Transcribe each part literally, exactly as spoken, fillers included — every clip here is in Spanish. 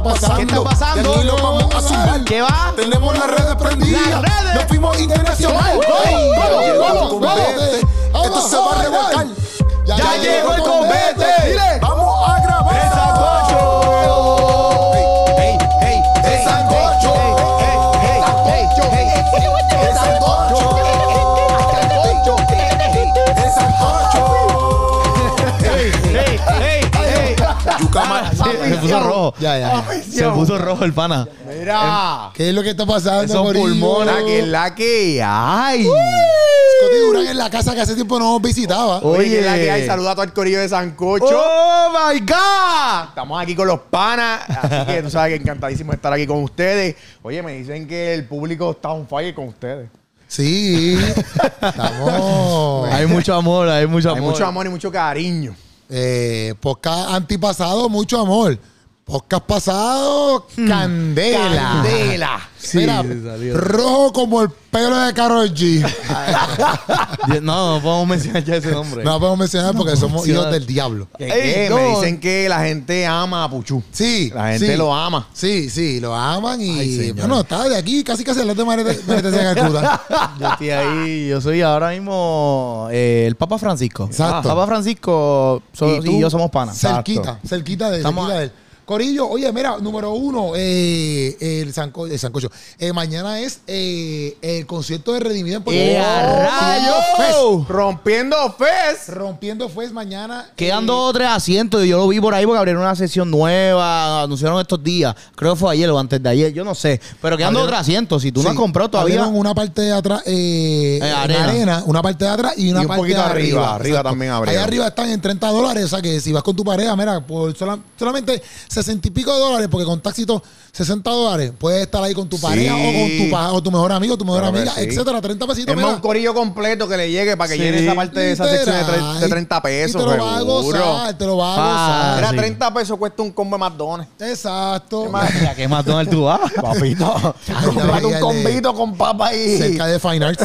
está pasando? ¿Qué está pasando? Y aquí lo vamos a zumbar. ¿Qué va? Tenemos las redes prendidas. Las redes. Nos fuimos internacional. ¡Vamos, vamos, vamos! Esto se va a revolcar. Ya, ya llegó el convete. Dile, vamos a grabar. ¡El sancocho! ¡Hey, hey, hey! ¡El sancocho! ¡Hey, hey, hey! ¡El sancocho! ¡El sancocho! ¡Hey, hey, hey, hey! Yucama. Se puso rojo. Ya, ya. Se puso rojo el pana. Mira. ¿Qué es lo que está pasando? Esos Corillo? pulmones. La que es la que hay. Scotty Durán en la casa que hace tiempo no nos visitaba. Oye, que es la que hay. Saluda a todo el corillo de Sancocho. ¡Oh, my God! Estamos aquí con los panas. Así que tú sabes que encantadísimo de estar aquí con ustedes. Oye, me dicen que el público está on fire con ustedes. Sí. Estamos. Hay mucho amor, hay mucho amor. Hay mucho amor y mucho cariño. Eh, podcast antipasado, mucho amor. Podcast pasado, candela. Candela. Sí, Mira, sí salió. rojo como el pelo de Karol G. No, no podemos mencionar ya ese nombre. No podemos mencionar porque somos menciona. hijos del diablo. ¿Qué, Ey, qué? no. Me dicen que la gente ama a Puchu. Sí. La gente sí. lo ama. Sí, sí, lo aman y Ay, señor. bueno, está de aquí casi casi al lado de Marete de Calcuta. Yo estoy ahí, yo soy ahora mismo eh, el Papa Francisco. Exacto. Papa Francisco so- Y y, tú, yo somos panas. Cerquita, cerquita de, Estamos cerquita de él. Corillo, oye, mira, número uno, eh, el, sanco, el sancocho. Eh, mañana es eh, el concierto de Redimido en Puerto ¡Eh, Rico. a rayos! Rompiendo Fest. Rompiendo Fest mañana. Quedan eh, dos o tres asientos y yo lo vi por ahí porque abrieron una sesión nueva, anunciaron estos días. Creo que fue ayer o antes de ayer, yo no sé. Pero quedan dos o tres asientos. Si tú no has sí, comprado todavía. abrieron una parte de atrás, eh, Eh, en arena. arena, una parte de atrás y una Y un parte poquito de arriba, arriba. arriba Exacto. también abrieron. Allá arriba están en treinta dólares, o sea que si vas con tu pareja, mira, por sola- solamente sesenta y pico de dólares, porque con taxito sesenta dólares, puedes estar ahí con tu pareja Sí. o con tu, pa- o tu mejor amigo, tu mejor Claro que amiga, sí. etcétera, treinta pesitos. Es más mira. un corillo completo que le llegue para que Sí. llene esa parte de esa sección de, tre- Literal. de treinta pesos. Y te lo va a seguro. gozar, te lo va a Ah, gozar. Era sí. treinta pesos cuesta un combo de McDonald's. Exacto. Mira, ¿qué McDonald's tú vas? Papito. ya, Comprate ya, un combito con papa y... Cerca de Fine Arts.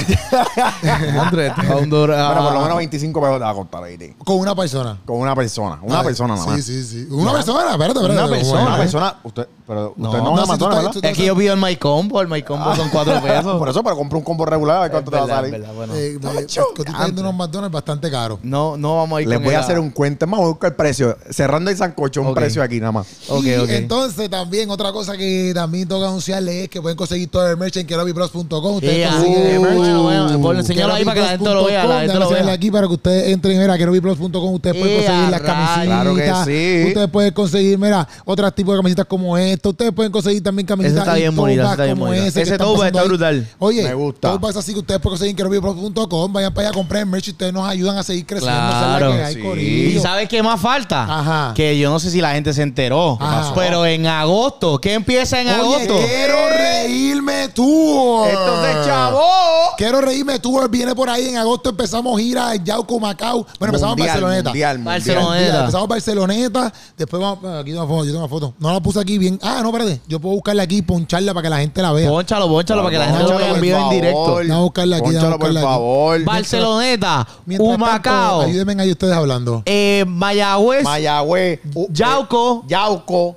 Andrés, te va a un dólar. Bueno, por lo menos veinticinco pesos te va a costar ahí, tío. Con una persona. Con una persona. Una Ay, persona nada más. Sí, sí, sí. Una persona, espérate, espérate. Una persona. Una persona... Usted, pero No, usted no, no, es si tú McDonald's, estás- ¿verdad? Es que yo pido el My Combo, el My Combo son cuatro pesos. Por eso, pero compra un combo regular a ver cuánto Es te va a verdad, salir. es verdad, bueno. Eh, No, eh, chocante. Scotty está viendo unos McDonald's bastante caros. No, no vamos a ir Les con voy a el- hacer un cuento. Es más, voy a buscar el precio. Cerrando el sancocho, un Ok. precio aquí nada más. Ok, y ok. entonces también otra cosa que también toca anunciarles es que pueden conseguir todo el merch en keropi bros punto com. Ustedes Yeah. consiguen el Uh, merch. bueno, bueno, enséñalo ahí para que la gente lo vea, la gente lo Déjame enseñarle vea. aquí para que ustedes entren, mira, keropi bros punto com. Ustedes pueden Yeah, conseguir las rayos. camisitas. Claro que sí. Ustedes pueden conseguir, mira, otros tipos de camisas como esta. Ustedes pueden conseguir también camisetas Esa está y bien tote bonita, bags esa está bien como bonita. ese que Ese están tote bag pasando está ahí. brutal. Oye, Me gusta. tote bags así que ustedes pueden conseguir en keropi bros punto com. Vayan para allá a comprar el merch y ustedes nos ayudan a seguir creciendo. Esa es la Claro. que hay, Sí. corillo. ¿Y sabes qué más falta? Ajá. Que yo no sé si la gente se enteró. Ajá. Pero en agosto, ¿qué empieza en Oye, agosto? quiero reírme tour. Esto se chavó. Quiero reírme tour. Viene por ahí en agosto. Empezamos gira en Yauco, Macao. Bueno, empezamos en Mundial, Barceloneta. mundial, mundial. Barcelona. Mundial. Empezamos Barceloneta. Después vamos. Aquí tengo una foto. Yo tengo una foto. No la puse aquí bien. Ah, no, espérate. Yo puedo buscarla aquí y poncharla para que la gente la vea. Pónchalo, pónchalo para que la gente lo Pónchalo, vea en por vivo en favor. directo. Vamos a buscarla aquí, vamos a Pónchalo, por buscarla aquí. favor. Barceloneta, Mientras tanto, Humacao, ayúdenme ahí ustedes hablando. eh, Mayagüez, Mayagüez. uh, Yauco, eh, Yauco.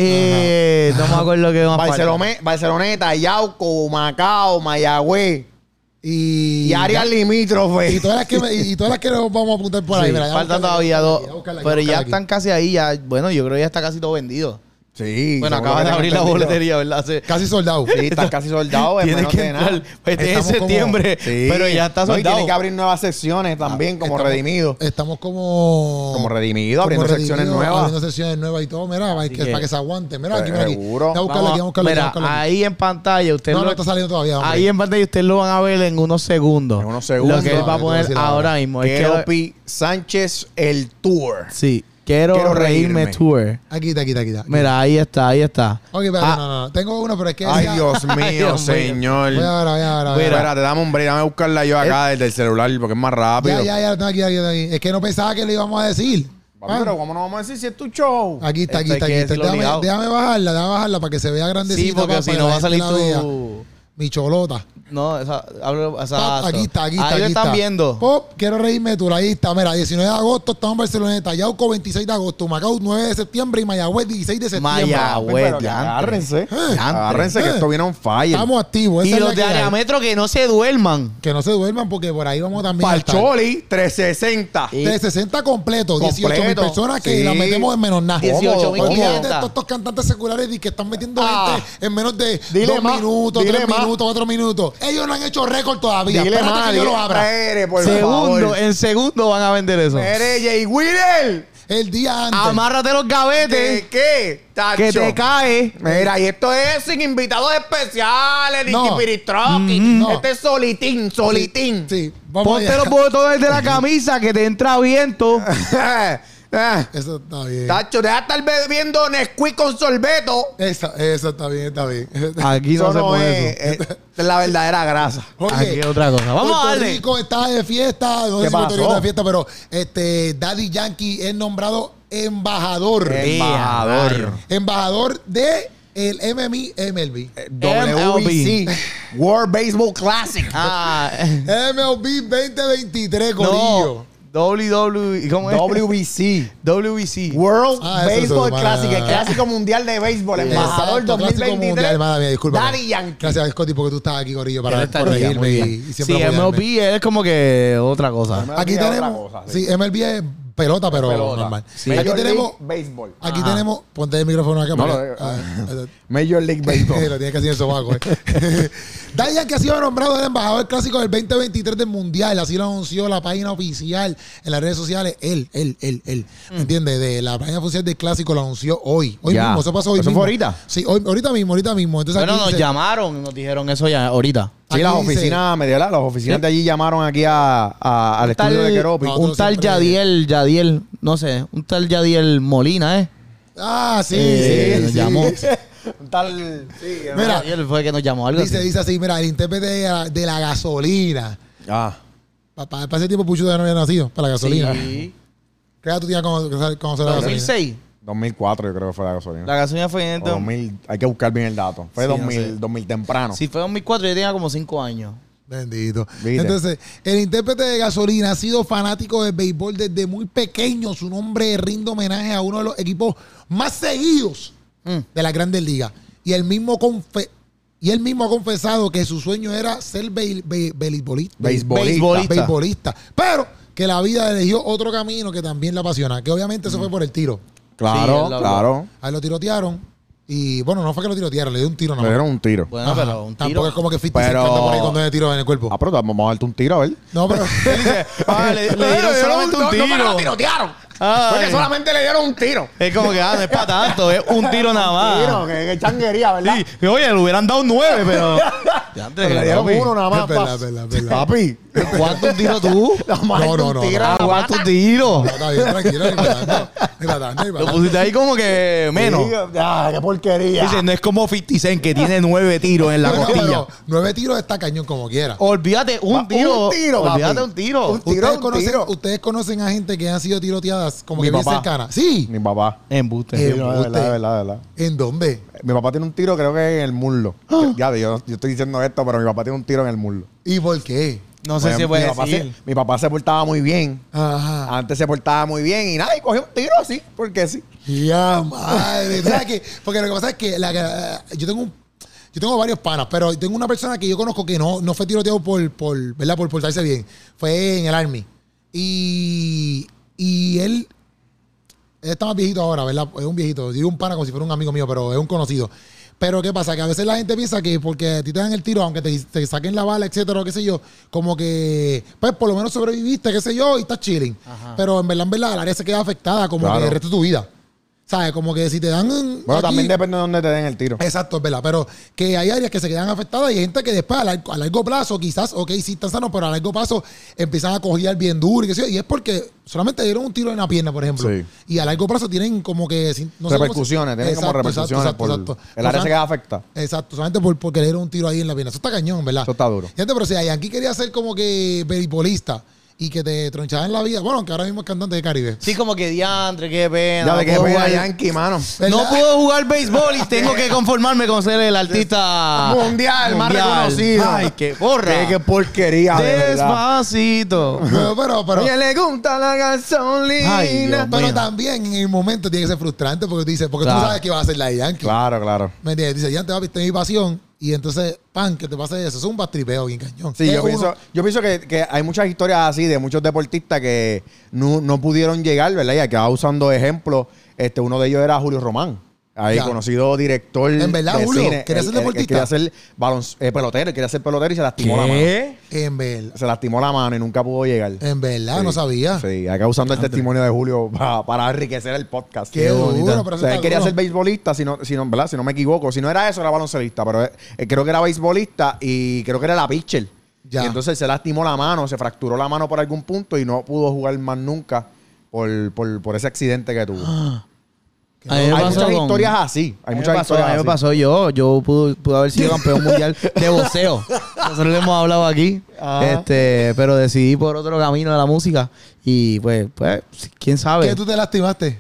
eh, no me acuerdo qué más falta. Barcelone- Barceloneta, Yauco, Macao, Mayagüez. Y, Y áreas limítrofes. y todas las que me- y todas las que nos vamos a apuntar por ahí. Sí, Mira, ya faltan buscarla aquí, todavía ya dos, buscarla aquí, ya buscarla aquí, pero ya ya buscarla aquí. están casi ahí. Ya, bueno, yo creo que ya está casi todo vendido. Sí. Bueno, seguro acabas que de tengo abrir la entendido. boletería, ¿verdad? Sí. Casi soldado. Sí, está casi soldado. es Tienes menos que de nada. entrar. Pues este es Estamos como- septiembre, Sí. pero ya está No, y soldado. tiene que abrir nuevas secciones también, como Estamos- redimido. Estamos como. Como redimido, como abriendo secciones redimido, nuevas. Abriendo secciones nuevas y todo. Mira, para que, que- para que se aguante. Mira, aquí, mira aquí. Seguro. Voy a buscarla aquí, voy a buscarla aquí, voy a Mira, buscarla aquí. ahí en pantalla, usted No, lo, no está saliendo todavía. hombre. ahí en pantalla ustedes lo van a ver en unos segundos. En unos segundos. Lo que él va a Te voy a poner decir ahora ahora. mismo. Es que, Keropi Sánchez, el tour. sí, quiero, Quiero reírme, reírme. tour. Aquí está, aquí está, aquí está. Mira, ahí está, ahí está. Ok, espérate, Ah. no, no, no. Tengo uno, pero es que. Ay, decía- Dios mío, Dios mío. señor. Voy ahora, voy ahora. voy Mira, ahora. Espérate, dame un break, dame a buscarla yo acá desde el celular porque es más rápido. Ya, ya, ya, lo tengo aquí, aquí, aquí. Es que no pensaba que le íbamos a decir. Papi, Ah, pero ¿cómo no vamos a decir si es tu show? Aquí está, aquí Esto hay está, que aquí está. decirlo Déjame, obligado. déjame bajarla, déjame bajarla para que se vea grandecita. Sí, porque para si que no la va a gente salir la vea. tu... mi cholota. No, esa, hablo, esa Pop, aquí está, aquí está. Ahí aquí lo están está. viendo. Pop, quiero reírme tú, ahí está. Mira, diecinueve de agosto estamos en Barceloneta, Yauco veintiséis de agosto, Macao nueve de septiembre y Mayagüez dieciséis de septiembre. Mayagüez. Pero que diantre. agárrense. Eh. Agárrense que Eh. esto viene on fire. Estamos activos. Y esa es los la de que hay. área metro que no se duerman. Que no se duerman porque por ahí vamos también a estar. Palcholi, trescientos sesenta. Y- trescientos sesenta completo, dieciocho mil Completo. personas que Sí. la metemos en menos nada. dieciocho mil Porque quinientos. fíjate, estos, estos cantantes seculares y que están metiendo Ah. gente en menos de Dile dos más, minutos, dile tres más. minutos, cuatro minutos. Ellos no han hecho récord todavía. Dile Espérate más, que yo dile, lo abra. espere, por Segundo, favor. en segundo van a vender eso. Espere, Jay Wheeler. El día antes. Amárrate los gavetes ¿De qué? Tacho. que te cae. Mira, y esto es sin invitados especiales, ni No. Kipiritroki. no. Este es solitín, solitín. Sí, vamos Ponte allá. los botones de la camisa que te entra viento. Ah, Eso está bien. Tacho, deja de estar bebiendo Nesquik con sorbeto. Eso, eso está bien, está bien. Aquí no Eso se no pone es, eso. es- es la verdadera grasa. Oye, Aquí es otra cosa. Vamos a Puerto darle. Rico está de fiesta. No sé ¿Qué si Puerto Rico pasó? está de fiesta, pero este Daddy Yankee es nombrado embajador. Eh. Embajador. Embajador de el M M I M L B. W B C. World Baseball Classic. Ah, M L B veinte veintitrés, Corillo. no. W W E. ¿Cómo es? W B C. W B C. World Ah, eso, Baseball eso, Classic, ma- el clásico mundial de béisbol, embajador Exacto, clásico mundial, dos mil veintitrés. madre mía, disculpa. Daddy Yankee. Gracias, Scotty, porque tú estás aquí, Corillo, para Él está aquí, corregirme muy y, bien. y Sí, siempre M L apoyarme. B es como que otra cosa. Aquí Otra tenemos, cosa, sí, M L B es pelota, pero Pelota. normal. Sí. Aquí Major tenemos, League Baseball. aquí Ajá. tenemos, ponte el micrófono acá. No, porque- lo- ah, ah, Major League Baseball. Lo tiene que hacer en sobaco, eh. Daddy Yankee ha sido nombrado el embajador clásico del veinte veintitrés del Mundial. Así lo anunció la página oficial en las redes sociales. Él, él, él, él. ¿Me entiendes? De la página oficial del clásico lo anunció hoy. Hoy Ya. mismo, eso pasó hoy ¿Eso mismo. fue ahorita? Sí, hoy, ahorita mismo, ahorita mismo. Entonces Bueno, aquí nos dice- llamaron y nos dijeron eso ya ahorita. Sí, Aquí las dice- oficinas, me dio la- las oficinas de allí llamaron aquí a, a- al Tal- estudio de Keropi. No, un tú tal siempre- Yadiel, Yadiel, no sé, un tal Yadiel Molina, ¿eh? Ah, sí, Eh, sí, nos sí. llamó. Un tal... Sí, Mira, Yadiel fue el que nos llamó algo Dice, así. dice así, mira, el intérprete de la, de la gasolina. Ah. Para, para ese tiempo Pucho todavía no había nacido, para la gasolina. Sí. ¿Qué edad tú tenías cuando, cuando salió la gasolina? dos mil seis. dos mil cuatro yo creo que fue la gasolina. La gasolina fue en O dos mil, hay que buscar bien el dato. Fue Sí, no dos mil, sé. dos mil temprano. Si fue dos mil cuatro, yo tenía como cinco años. Bendito. ¿Viste? Entonces, el intérprete de gasolina ha sido fanático del béisbol desde muy pequeño. Su nombre rinde homenaje a uno de los equipos más seguidos Mm. de las grandes ligas. Y él mismo confe- y él mismo ha confesado que su sueño era ser be- be- beisbolista. Beisbolista. Beisbolista. Beisbolista. Pero que la vida eligió otro camino que también le apasiona. Que obviamente eso fue por el tiro. Claro, Sí, él lo- claro. A él lo tirotearon. Y bueno, no fue que lo tirotearon, le dio un tiro Le nomás. dieron un tiro. Bueno, Ajá. pero un Tampoco tiro. es como que cincuenta Pero- por ahí con dos tiros en el cuerpo. Ah, pero vamos a darte un tiro, a ver. No, pero... Ah, le, le dieron solamente un No, no, tiro. lo tirotearon. Ay. Porque solamente le dieron un tiro. Es como que, ah, no es para tanto, es un tiro nada Tiro, más. que, que changuería, ¿verdad? Sí, oye, le hubieran dado nueve, pero. Ya, Pero le dieron papi. uno nada más. Es verdad, pa- es verdad, es verdad. Papi. ¿Cuánto un tiro tú? Nada más No, no, un no, tiro no. a la ¿Cuánto pata. tiro? No, está bien, tranquilo, ni para tanto. Ni para tanto, ni para Lo tanto. pusiste ahí como que menos. Sí, ah, qué porquería. Dice, no es como cincuenta Cent que tiene nueve tiros en la Bueno, costilla. pero nueve tiros está cañón como quiera. Olvídate, un Un tiro. tiro, Olvídate papi. un tiro. Un tiro, ¿Ustedes un conocen, tiro. ¿Ustedes conocen a gente que han sido tiroteadas como Mi que bien papá. cercana? Sí. Mi papá. Embuste. Eh, Sí, no, de usted. verdad, de verdad, de verdad. ¿En dónde? Mi papá tiene un tiro, creo que en el muslo. Ya, yo, yo estoy diciendo esto, pero mi papá tiene un tiro en el muslo. ¿Y por qué? No sé Pues, si puede mi papá, se, decir. mi papá se portaba muy bien. Ajá. Antes se portaba muy bien y nada, y cogió un tiro así, porque sí. Ya, madre. ¿Sabes qué? Porque lo que pasa es que la, la- yo tengo un, yo tengo varios panas, pero tengo una persona que yo conozco que no, no fue tiroteado por, por, ¿verdad? Por portarse bien. Fue en el Army. Y, y él, él está más viejito ahora, ¿verdad? Es un viejito. Digo un pana como si fuera un amigo mío, pero es un conocido. Pero ¿qué pasa? Que a veces la gente piensa que porque a ti te dan el tiro, aunque te, te saquen la bala, etcétera, o qué sé yo, como que, pues por lo menos sobreviviste, qué sé yo, y estás chilling. Ajá. Pero en verdad, en verdad, el área se queda afectada como Claro. que el resto de tu vida. ¿Sabes? Como que si te dan... Bueno, aquí- también depende de dónde te den el tiro. Exacto, es verdad. Pero que hay áreas que se quedan afectadas y hay gente que después a largo, a largo plazo, quizás, ok, sí están sanos, pero a largo plazo empiezan a coger bien duro y qué sé yo. Y es porque solamente dieron un tiro en la pierna, por ejemplo. Sí. Y a largo plazo tienen como que... sin- no sé cómo se- Repercusiones, tienen como Exacto, repercusiones. exacto, por- exacto. El área se Exacto. queda afectada. Exacto, solamente por, porque le dieron un tiro ahí en la pierna. Eso está cañón, ¿verdad? Eso está duro. Gente, pero si Yankee quería ser como que beisbolista y que te tronchaban la vida. Bueno, aunque ahora mismo es cantante de Caribe. Sí, como que diantre, qué pena. Ya no de que puedo juega jugar- Yankee, mano. ¿Verdad? No puedo jugar béisbol y tengo que conformarme con ser el artista Mundial, más reconocido. Ay, qué porra. Qué, qué porquería, de verdad. Despacito. Pero, pero, pero, Oye, le gusta la gasolina. Ay, Dios pero mío. también en el momento tiene que ser frustrante porque tú dices, porque Claro. tú sabes que va a ser la de Yankee. Claro, claro. ¿Me entiendes? Dice, ya te va a viste mi pasión. Y entonces, pan, que te pase eso. Eso es un bastripeo bien cañón. Sí, Es yo uno- pienso, yo pienso que, que hay muchas historias así de muchos deportistas que no, no pudieron llegar, ¿verdad? Y acá usando ejemplos, este, uno de ellos era Julio Román. Ahí Ya. conocido director En verdad, de Julio, cine. ¿quería Él- ser él- él deportista? Quería ser balon- eh, pelotero, él quería ser pelotero y se lastimó la mano. ¿Qué? En verdad. Se lastimó la mano y nunca pudo llegar. En verdad, Sí, no sabía. Sí, acá usando el testimonio de Julio pa- para enriquecer el podcast. Qué duro, bonito. pero O eso sea, él está quería duro. ser beisbolista, si no, si, no, ¿verdad? si no me equivoco. Si no era eso, era baloncelista. Pero eh, creo que era beisbolista y creo que era la pitcher. Ya. Y entonces se lastimó la mano, se fracturó la mano por algún punto y no pudo jugar más nunca por, por, por ese accidente que tuvo. A mí me Hay pasó muchas con- historias así. Hay A mí muchas me pasó, historias a mí me así. pasó yo. Yo pude, pude haber sido campeón mundial de boxeo. Nosotros le hemos hablado aquí. Ajá. Este, pero decidí por otro camino de la música. Y pues, pues, quién sabe. ¿Qué tú te lastimaste?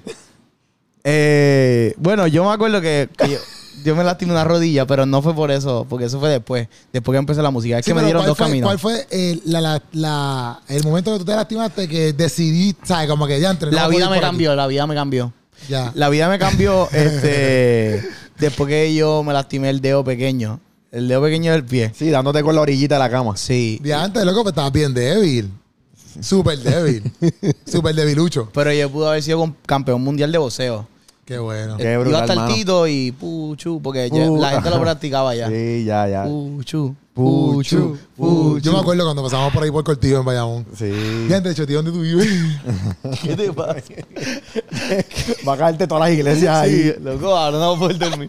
Eh, bueno, yo me acuerdo que, que yo, yo me lastimé una rodilla, pero no fue por eso, porque eso fue después, después que empecé la música. Es Sí, que me pero dieron ¿cuál dos fue, caminos. ¿Cuál fue el, la, la, la- el momento que tú te lastimaste que decidiste, ¿sabes? Como que ya entre. La vida me cambió, la vida me cambió. Ya. La vida me cambió este, después que yo me lastimé el dedo pequeño. El dedo pequeño del pie. Sí, dándote con la orillita de la cama. Sí. Ya antes, loco, pues estabas bien débil. Súper débil. Súper debilucho. Pero yo pude haber sido com- campeón mundial de boxeo. Qué bueno. Qué Iba brutal, hasta el mano. Tito y puchu, porque ya- Pu- la gente lo practicaba ya. Sí, ya, ya. Puchu, Puchu, puchu, puchu. Yo me acuerdo cuando pasamos por ahí por Cortijo en Bayamón. Sí. Ya, de hecho, tío, ¿dónde tú vives? ¿Qué te pasa? Va a caerte todas las iglesias ahí. Sí, loco, ahora no puedo dormir.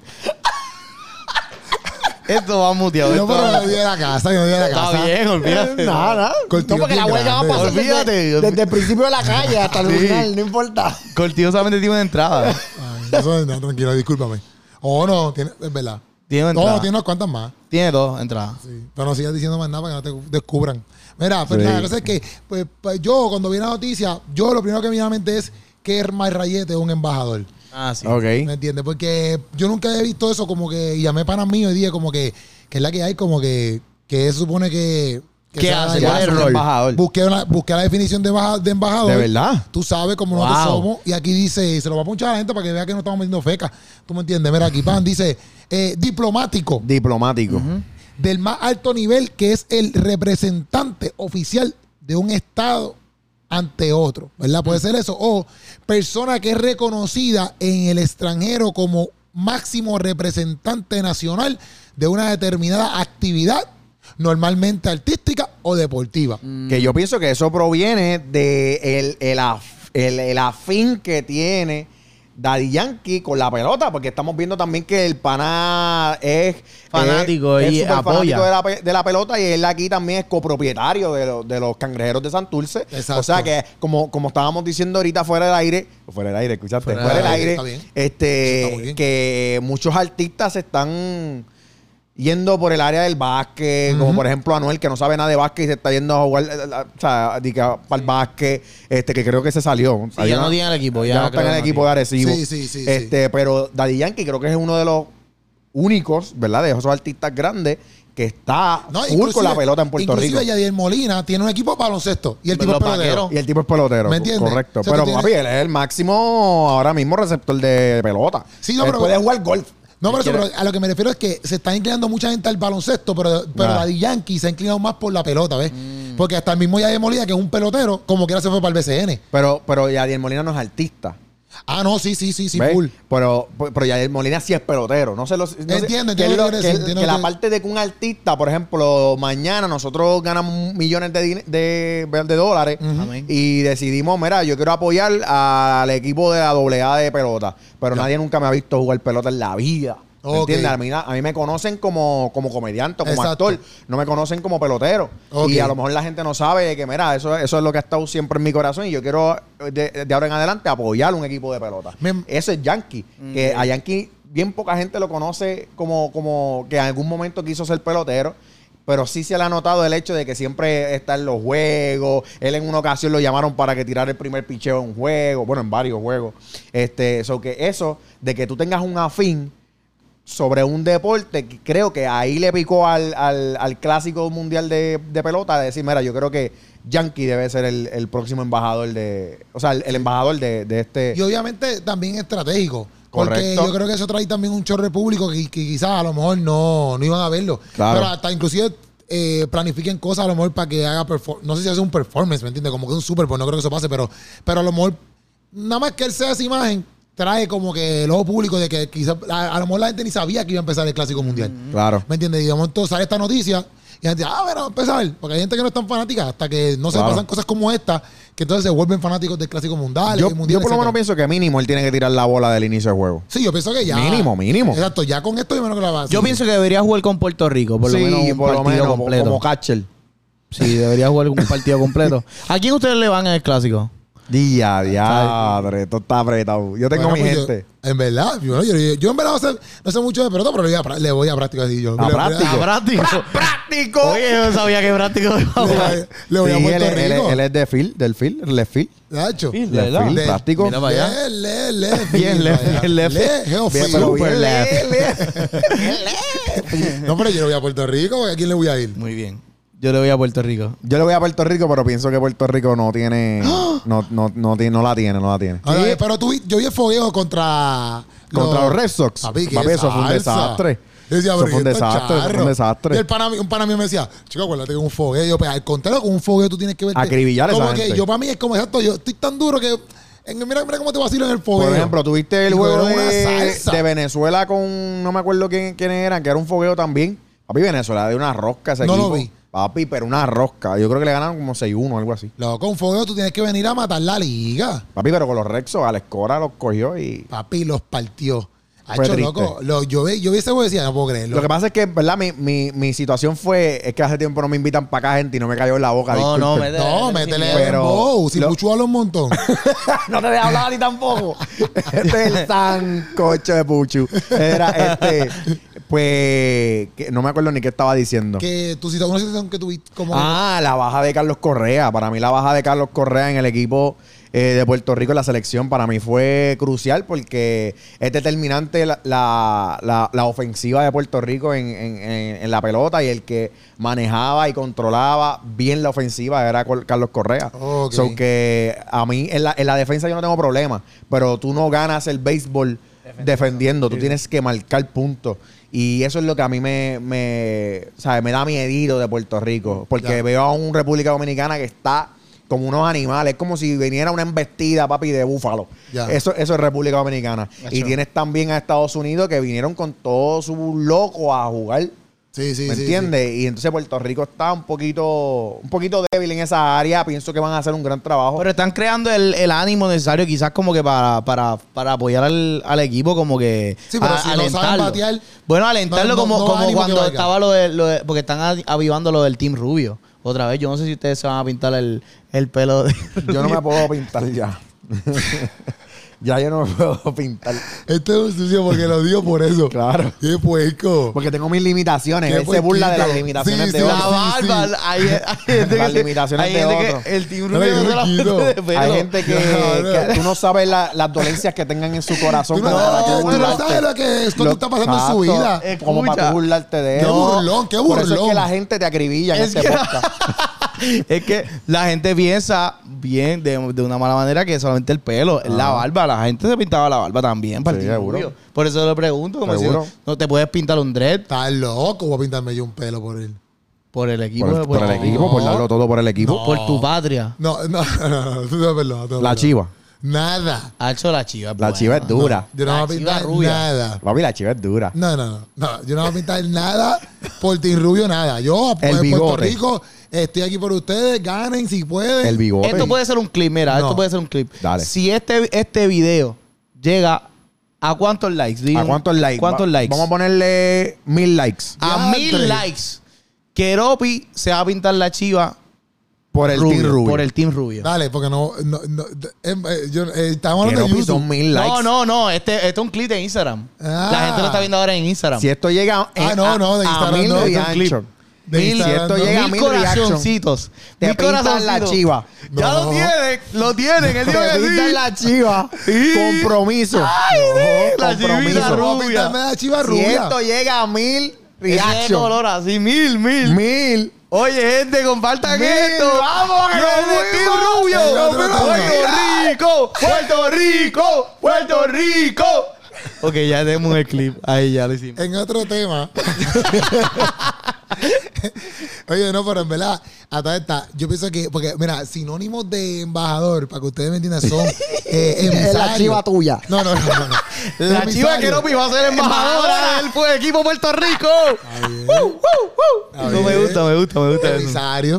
Esto va muteado. Yo esto pero va no muteado. vive en la casa, yo no vive en la Está casa. bien, olvídate. Nada, nada. Cortijo No, porque la bien huelga va a grande. pasar desde, Olvídate. desde el principio de la calle hasta el Sí. final, no importa. Cortijo solamente tiene una entrada. Ay, eso, no, tranquilo, discúlpame. O no, tiene, es verdad. Tiene una No, entrada. tiene unas cuantas más. Tiene dos entradas. Sí. Pero no sigas diciendo más nada para que no te descubran. Mira, pues Sí. nada, la cosa es que pues, pues, yo cuando vi la noticia, yo lo primero que me viene a la mente es que Hermay Rayete es un embajador. Ah, sí. Ok. ¿Me entiendes? Porque yo nunca he visto eso como que, y llamé para mí y dije como que, que es la que hay, como que, que se supone que... que ¿Qué sea hace? la- ¿Cuál es el un rol? embajador. Busqué, una- busqué la definición de, embaja- de embajador. ¿De verdad? Tú sabes cómo Wow. nosotros somos. Y aquí dice, se lo va a punchar a la gente para que vea que no estamos metiendo feca. ¿Tú me entiendes? Mira, aquí pan dice, eh, diplomático Diplomático. del más alto nivel, que es el representante oficial de un estado ante otro, ¿verdad? Puede ser eso. O persona que es reconocida en el extranjero como máximo representante nacional de una determinada actividad, normalmente artística o deportiva. Que yo pienso que eso proviene de el, el, af- el- el afín que tiene Daddy Yankee con la pelota, porque estamos viendo también que el pana es Fanático es, y es súper apoya. fanático de la, pe- de la pelota, y él aquí también es copropietario de, los- de los Cangrejeros de Santurce. Exacto. O sea que, como, como estábamos diciendo ahorita fuera del aire, fuera del aire, escuchaste, Fuera fuera, del del aire, aire, está bien. Eso está muy este, bien. que muchos artistas se están yendo por el área del básquet, como por ejemplo Anuel, que no sabe nada de básquet y se está yendo a jugar, eh, eh, o sea, di que para el básquet, este, que creo que se salió. Sí, ya no tiene el equipo, ya Ya no está creo en el que no equipo de Arecibo. Sí, sí, sí, Este, pero Daddy Yankee creo que es uno de los únicos, ¿verdad? De esos artistas grandes que está No, full inclusive- con la pelota en Puerto inclusive Rico. Yadier Molina tiene un equipo de baloncesto y el tipo Los es pelotero. vaqueros. Y el tipo es pelotero. ¿Me entiendes? Correcto. O sea, Pero tú tienes- papi, él es el máximo ahora mismo receptor de pelota. Sí, no, él pero- puede jugar golf. No, pero, eso, Quiere- pero a lo que me refiero es que se está inclinando mucha gente al baloncesto, pero, pero Ah. Daddy Yankee se ha inclinado más por la pelota, ¿ves? Mm. Porque hasta el mismo Yadier Molina, que es un pelotero, como quiera se fue para el B C N. Pero, pero Yadier Molina no es artista. Ah, no, sí, sí, sí, sí, ¿ves? full. Pero, pero Yadier Molina sí es pelotero. No sé los. No sé- Entiendo, que entiendo es lo lo- que quieres que- decir, entiendo que lo la que- parte de que un artista, por ejemplo, mañana nosotros ganamos millones de, din- de, de dólares Amén. y decidimos, mira, yo quiero apoyar al equipo de la doble A de pelota. Pero Ya. nadie nunca me ha visto jugar pelota en la vida. ¿Me Ok. entiendes? A mí, na- a mí me conocen como, como comediante o como Exacto. actor. No me conocen como pelotero. Ok. Y a lo mejor la gente no sabe que, mira, eso, eso es lo que ha estado siempre en mi corazón y yo quiero de, de ahora en adelante apoyar un equipo de pelota. Me- Eso es Yankee. Que a Yankee bien poca gente lo conoce como, como que en algún momento quiso ser pelotero. pero sí se le ha notado el hecho de que siempre está en los juegos. Él en una ocasión lo llamaron para que tirara el primer picheo en un juego, bueno, en varios juegos. Este, so que eso, de que tú tengas un afín sobre un deporte, creo que ahí le picó al, al, al clásico mundial de, de pelota de decir, mira, yo creo que Yankee debe ser el, el próximo embajador de, o sea, el, el embajador de, de este. Y obviamente también estratégico. Correcto. Porque yo creo que eso trae también un chorro de público que, que quizás a lo mejor no, no iban a verlo. Claro. Pero hasta inclusive eh, planifiquen cosas a lo mejor para que haga performance. No sé si hace un performance, ¿me entiendes? Como que un Super Bowl, no creo que eso pase, pero, pero a lo mejor, nada más que él sea esa imagen, trae como que el ojo público de que quizás a, a lo mejor la gente ni sabía que iba a empezar el Clásico Mundial. Claro. ¿Me entiendes? Y de momento sale esta noticia y la gente dice, ah, bueno, va a empezar. Porque hay gente que no es tan fanática hasta que no se Claro. pasan cosas como esta, que entonces se vuelven fanáticos del Clásico Mundial. Yo, el mundial, yo por lo menos etcétera. pienso que mínimo él tiene que tirar la bola del inicio del juego. Sí, yo pienso que ya. Mínimo, mínimo. Exacto, ya con esto yo menos que la va a Yo pienso que debería jugar con Puerto Rico, por lo Sí, menos un por lo partido menos, completo. como catcher. Sí, debería jugar un partido completo. ¿A quién ustedes le van en el clásico? Día, diadre, esto está apretado. Yo tengo Bueno, mi pues gente. Yo, en verdad, yo, yo, yo en verdad no sé, no sé mucho de pelota, pero le voy a, pra- le voy a práctica así yo. ¿A Le- práctica? ¿A práctico? ¡Práctico! Oye, yo no sabía que práctico iba a Le, jugar. le- le voy Sí, a Puerto él, él- Rico. él es de field, del field, left field. Nacho. Sí, de Left verdad. field, De- práctico. Mira para allá. Le, le, le, Bien left, bien left. Le, geo Bien, field. pero Super bien, left. le- le- No, pero yo le voy a Puerto Rico, porque ¿a quién le voy a ir? Muy bien. Yo le voy a Puerto Rico. Yo le voy a Puerto Rico, pero pienso que Puerto Rico no tiene. no, no, no, tiene, no la tiene, no la tiene. Ahora, eh, pero tú, vi- yo vi el fogueo contra... Contra los Red Sox. Papi, qué Papi, eso fue un salsa. desastre. Yo decía, Eso pero fue un ¿y estos desastre, eso fue un charros? desastre. Y el pana, un pana mío me decía, chico, acuérdate que es un fogueo. Yo, pues, al contrario, con un fogueo tú tienes que ver. Acribillar a esa Como que gente. yo, para mí, es como exacto. Yo estoy tan duro que. en- mira, mira cómo te vacilo en el fogueo. Por ejemplo, tuviste el Y juego fueron una de, salsa. de Venezuela con. No me acuerdo quién, quiénes eran, que era un fogueo también. Papi, Venezuela de una rosca ese No lo equipo. vi. Papi, pero una rosca. Yo creo que le ganaron como seis uno o algo así. Loco, con fogueo tú tienes que venir a matar la liga. Papi, pero con los Rexos, Alex Cora los cogió y. Papi, los partió. Fue Hacho, triste. loco. Lo, yo, vi, yo vi ese juego y decía, no puedo creerlo. Lo que pasa es que, ¿verdad? Mi, mi, mi situación fue. Es que hace tiempo no me invitan para acá, gente, y no me cayó en la boca. No, no, disculpen. me- no, métele Pero- el bow. Si lo- Puchu habla un montón. No te deja hablar ni tampoco. Este es el sancocho de Puchu. Era este. Pues. que no me acuerdo ni qué estaba diciendo. que tu situación, una situación que tuviste como. Ah, la baja de Carlos Correa. Para mí, la baja de Carlos Correa en el equipo eh, de Puerto Rico en la selección, para mí fue crucial porque es determinante la, la, la- la ofensiva de Puerto Rico en, en- en- en la pelota, y el que manejaba y controlaba bien la ofensiva era Col- Carlos Correa. Ok. So que a mí en la, en la defensa yo no tengo problema, pero tú no ganas el béisbol defendiendo, tú tienes que marcar puntos. Y eso es lo que a mí me, me, ¿sabes? me da miedito de Puerto Rico. Porque Ya. veo a un República Dominicana que está como unos animales. Es como si viniera una embestida, papi, de búfalo. Ya. Eso, eso es República Dominicana. Y tienes también a Estados Unidos que vinieron con todo su loco a jugar. Sí, sí, ¿Me sí, entiendes? Y entonces Puerto Rico está un poquito, un poquito débil en esa área. Pienso que van a hacer un gran trabajo. Pero están creando el, el ánimo necesario quizás como que para, para, para apoyar al, al equipo, como que Sí, pero a- si no saben batear, bueno, alentarlo no- no- como, no como ánimo que cuando valga. estaba lo de, lo de- porque están a- avivando lo del Team Rubio. Otra vez, yo no sé si ustedes se van a pintar el, el pelo de Yo no me puedo pintar ya. Ya yo no me puedo pintar. Este es un sucio porque lo digo por eso. Claro. Qué puerco. Porque tengo mis limitaciones. Qué Él se burla de las puerquito. limitaciones Sí, de sí, otros. la sí, barba. sí. Hay, hay gente Las que, limitaciones hay de gente otros. que el Team No, Rubio no se la puerquito. pinta de pelo. Hay gente que, Claro. que tú no sabes la- las dolencias que tengan en su corazón. Tú no, como para sabes, tú tú no burlarte. sabes lo que Scott Lo- está pasando en su Exacto. vida. Eh, Como para Escucha. tú burlarte de Qué él. burlón, qué Por eso es burlón. que la gente te acribilla en Es este que- podcast. Es que la gente piensa bien, de, de una mala manera, que solamente el pelo, es la barba. La gente se pintaba la barba también para el Sí, Team seguro. Rubio. Por eso le pregunto, como si Seguro. no, no te puedes pintar un dread Estás loco, voy a pintarme yo un pelo por él. por el equipo. Por, de por el Puerto equipo, Rico. por darlo todo por el equipo. No. Por tu patria. No, no, no, no, tú te perdón. tú te La perdón. chiva. Nada. Ha hecho la chiva. La chiva es dura. Yo no La me voy a chiva pintar rubia. nada. Papi, la chiva es dura. No, no, no, no. Yo no voy a pintar nada por Team Rubio, nada. Yo, El por Puerto bigote. Rico, estoy aquí por ustedes. Ganen si pueden. El bigote. Esto puede ser un clip, mira, No. esto puede ser un clip. Dale. Si este, este video llega a cuántos likes, Di ¿A un- cuántos likes? ¿Cuántos Va- likes? Vamos a ponerle mil likes. a Diantre. mil likes. Keropi se va a pintar la chiva Por el rubio, Team Rubio. Por el Team Rubio. Dale, porque no. no, no eh, eh, yo, eh, estamos hablando de Quiero son YouTube. mil likes. No, no, no. Este, este es un clip de Instagram. Ah. La gente lo está viendo ahora en Instagram. Si esto llega Ah, no, no, de a Instagram mil no, de es un clip. ancho. De Mil, Instagram, esto ¿no? llega a mil mil corazoncitos. Te Mil pintan la corazoncitos. chiva. Ya No. lo tienen, lo tienen. Él dijo Te que sí. pintan la chiva. Sí. Compromiso. la compromiso. chivita Vamos a rubia. pintarme la chiva Si rubia. esto llega a mil Ese de reactions. color así, mil, mil. Mil. Oye, gente, compartan Mil, esto. vamos, que ¡Nos nos fuimos, fuimos! Rubio! El ¡Nos otro fuimos! tema. ¡Puerto Rico! ¡Puerto Rico! ¡Puerto Rico! Ok, ya tenemos el clip. Ahí ya lo hicimos. En otro tema. Oye, no, pero en verdad, hasta esta, yo pienso que, porque, mira, sinónimos de embajador, para que ustedes me entiendan, son eh, emisarios. Es la chiva tuya. No, no, no, no. no. La Emisarios. Ah, chiva que no iba a ser embajadora del pu- equipo Puerto Rico. Está bien. Uh, uh, uh. Está No, me bien. gusta, me gusta, me gusta eso. Emisario.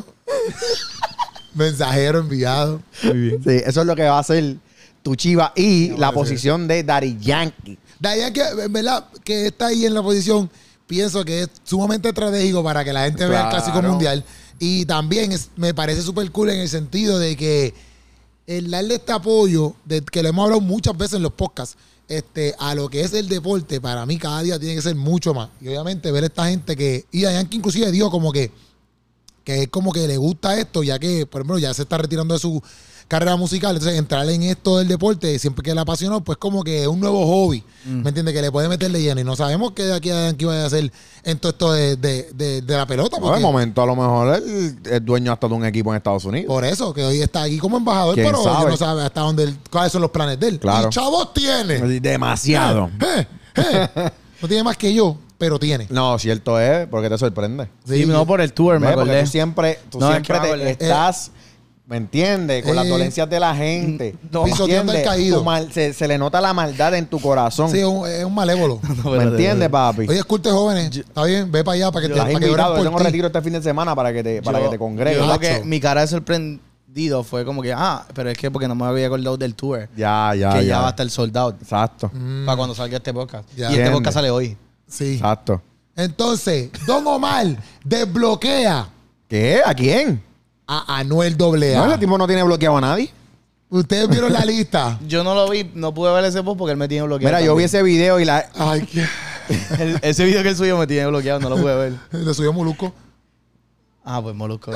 Mensajero enviado. Muy bien. Sí, eso es lo que va a hacer tu chiva. Y No, la puede posición de Daddy Yankee. Dayan que, en verdad, que está ahí en la posición, pienso que es sumamente estratégico para que la gente vea el Claro. Clásico Mundial. Y también es- me parece súper cool en el sentido de que el darle este apoyo, de, que lo hemos hablado muchas veces en los podcasts, este, a lo que es el deporte, para mí cada día tiene que ser mucho más. Y obviamente ver a esta gente que, y Dayan que inclusive dijo como que, que es como que le gusta esto, ya que, por ejemplo, ya se está retirando de su carrera musical, entonces entrar en esto del deporte, siempre que le apasionó, pues como que es un nuevo hobby, ¿me entiendes? Que le puede meterle lleno y no sabemos qué de aquí a aquí vaya a hacer en todo esto de, de, de, de la pelota, No, de porque momento, a lo mejor él es dueño hasta de un equipo en Estados Unidos. por eso, que hoy está aquí como embajador, ¿Quién pero sabe? yo no sabe hasta dónde, él- cuáles son los planes de él. Claro. Y chavos tiene. Demasiado. Eh, eh. No tiene más que yo, pero tiene. No, cierto es, porque te sorprende. Sí, no por el tour, me Ve, porque acordé. tú siempre, tú No, es siempre que me te- acordé. estás, ¿me entiendes? Con las eh, dolencias de la gente. no, ¿Me pisoteando al entiendes? caído. Tu mal- se, se le nota la maldad en tu corazón. Sí, es un, es un malévolo. ¿Me entiendes, papi? Oye, esculte jóvenes, está bien, ve para allá para que te Estás para que invitado. oren Yo por tengo ti. retiro este fin de semana para que te, para Yo- que te congregues. yo lo que, Nacho. mi cara de sorprendido fue como que, ah, pero es que porque no me había acordado del tour. Ya, ya, que ya, ya. va a estar soldado. Exacto. Mm, Para cuando salga este podcast. Ya. Y este Entiende. podcast sale hoy. sí. Exacto. Entonces, Don Omar desbloquea ¿Qué? ¿A quién? a Anuel doble No, ese A. tipo no tiene bloqueado a nadie. Ustedes vieron la lista. Yo no lo vi, no pude ver ese post porque él me tiene bloqueado. Mira, yo vi también. ese video y la... Ay, qué. El- ese video que él subió me tiene bloqueado, no lo pude ver. Le subió Molusco. Ah, pues Molusco.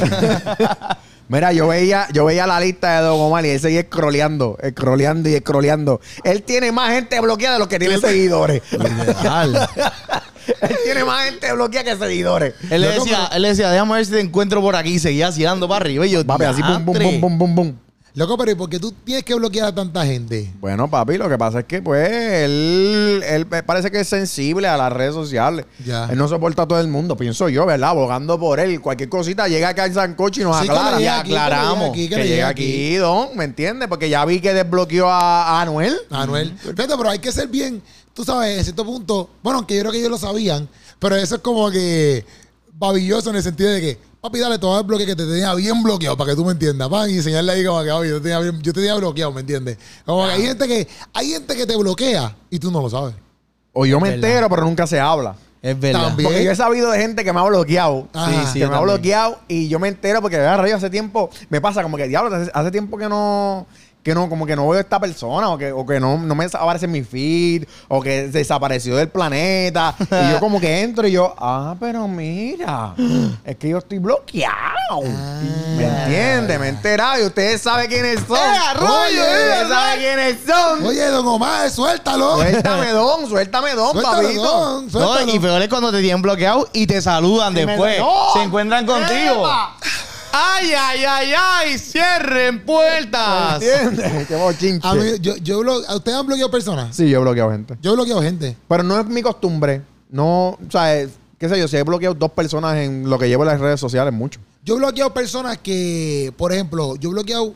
Mira, yo veía, yo veía la lista de Don Omar y él seguía scrolleando, scrolleando y scrolleando. Él tiene más gente bloqueada de los que tiene seguidores. Literal. Él tiene más gente bloqueada que seguidores. Él le Loco, decía, él le decía, déjame ver si te encuentro por aquí. Y seguía así dando para arriba. Y yo, Papi, así bum, bum, "Diantre". bum, bum, bum, bum. Loco, pero ¿y por qué tú tienes que bloquear a tanta gente? Bueno, papi, lo que pasa es que, pues, él, él me parece que es sensible a las redes sociales. Ya. Él no soporta a todo el mundo, pienso yo, ¿verdad? Abogando por él. Cualquier cosita llega acá en Sancocho y nos Sí, que aclara. le Y llegue aquí, que le llegue aclaramos. aquí, que que le llegue llega aquí. aquí, Don, ¿me entiendes? Porque ya vi que desbloqueó a, a Anuel. Anuel. Fíjate, pero hay que ser bien, tú sabes, en cierto punto, bueno, aunque yo creo que ellos lo sabían, pero eso es como que babilloso en el sentido de que, papi, dale todo el bloque que te tenía bien bloqueado para que tú me entiendas, pan, y enseñarle ahí como que, oye, yo te tenía, bien- yo te tenía bloqueado, ¿me entiendes? Como que hay gente que, hay gente que te bloquea y tú no lo sabes. O yo me Es verdad. entero, pero nunca se habla. Es verdad. También. Porque yo he sabido de gente que me ha bloqueado. Ajá. Sí, sí, que yo me ha también. bloqueado y yo me entero porque de verdad, hace tiempo me pasa como que diablo, hace, hace tiempo que no que no como que no veo a esta persona o que, o que no, no me aparece en mi feed o que desapareció del planeta y yo como que entro y yo, ah, pero mira, es que yo estoy bloqueado. ¿Me entiendes? Me he enterado y ustedes saben quiénes son. ¡Eh, Arroyo, Oye, eh, ustedes saben quiénes son. Oye, Don Omar, suéltalo. Suéltame, don, suéltame, don, Suéltalo, papito. Don, No, suéltalo. y peor es cuando te tienen bloqueado y te saludan Y me- después. ¡No! Se encuentran contigo. ¡Epa! ¡Ay, ay, ay, ay! ¡Cierren puertas! ¿Entiendes? Qué bochinche. A mí, yo, yo blo- ¿a ustedes han bloqueado personas? Sí, yo he bloqueado gente. Yo he bloqueado gente. Pero no es mi costumbre. No, o sea, es- qué sé yo, si he bloqueado dos personas en lo que llevo en las redes sociales, mucho. Yo he bloqueado personas que, por ejemplo, yo he bloqueado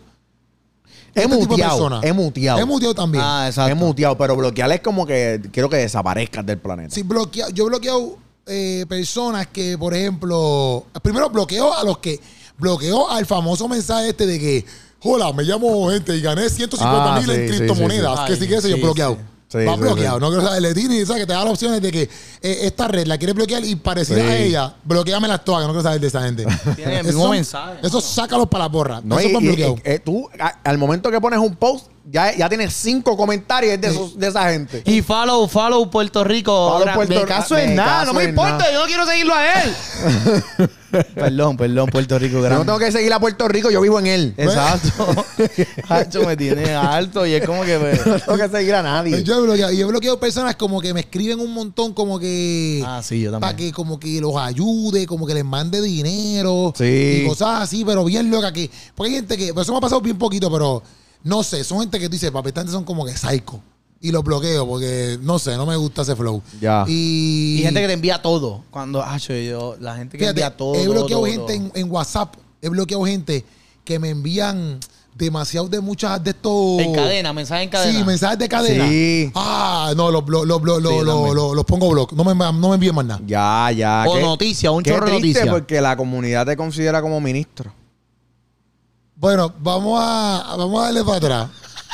He este tipo de muteado, personas. he muteado. He muteado también. Ah, exacto. He muteado, pero bloquear es como que quiero que desaparezcas del planeta. Sí, bloquea- yo he bloqueado eh, personas que, por ejemplo, primero bloqueo a los que, bloqueo al famoso mensaje este de que, hola, me llamo gente y gané ciento cincuenta mil Ah, sí, en sí, criptomonedas. sí, sí. Que si quieres, Ay, yo sí, bloqueado. sí. Sí, Va sí, bloqueado. sí. No quiero saber, le tienes, ¿sabes? Que te da las opciones de que eh, esta red la quieres bloquear y parecida Sí. a ella, bloqueamelas todas, que no quiero saber de esa gente. Tienen el Esos mismo son- mensaje. Esos sácalos para la porra. No, Esos y- van y- bloqueados. y- eh, tú, a- al momento que pones un post, Ya, ya tiene cinco comentarios de, esos, de esa gente. Y follow, follow Puerto Rico. Follow Ahora, Puerto- me caso me en nada, caso no me en importa, nada. yo no quiero seguirlo a él. perdón, perdón, Puerto Rico, Yo gran. no tengo que seguir a Puerto Rico, yo vivo en él. Exacto. Hacho, me tiene alto y es como que... pues, No tengo que seguir a nadie. Yo he bloqueado, yo he bloqueado personas como que me escriben un montón como que... Ah, sí, yo Para también. que como que los ayude, como que les mande dinero. Sí. Y cosas así, pero bien loca que... Porque hay gente que... Pues eso me ha pasado bien poquito, pero... No sé, son gente que tú dices, papi, esta gente son como que psycho. Y los bloqueo porque, no sé, no me gusta ese flow. Ya. Y... Y gente que te envía todo. Cuando, hacho, yo, la gente que Fíjate, envía todo. he bloqueado todo, gente todo. En, en WhatsApp. He bloqueado gente que me envían demasiado de muchas de estos... En cadena, mensaje en cadena. Sí, mensajes de cadena. Sí. Ah, no, los los los los Sí, los- yo también. los- los pongo block. No me, no me envíen más nada. Ya, ya. O Qué- noticias, un qué chorro de triste noticias. porque la comunidad te considera como ministro. Bueno, vamos a, vamos a darle para atrás.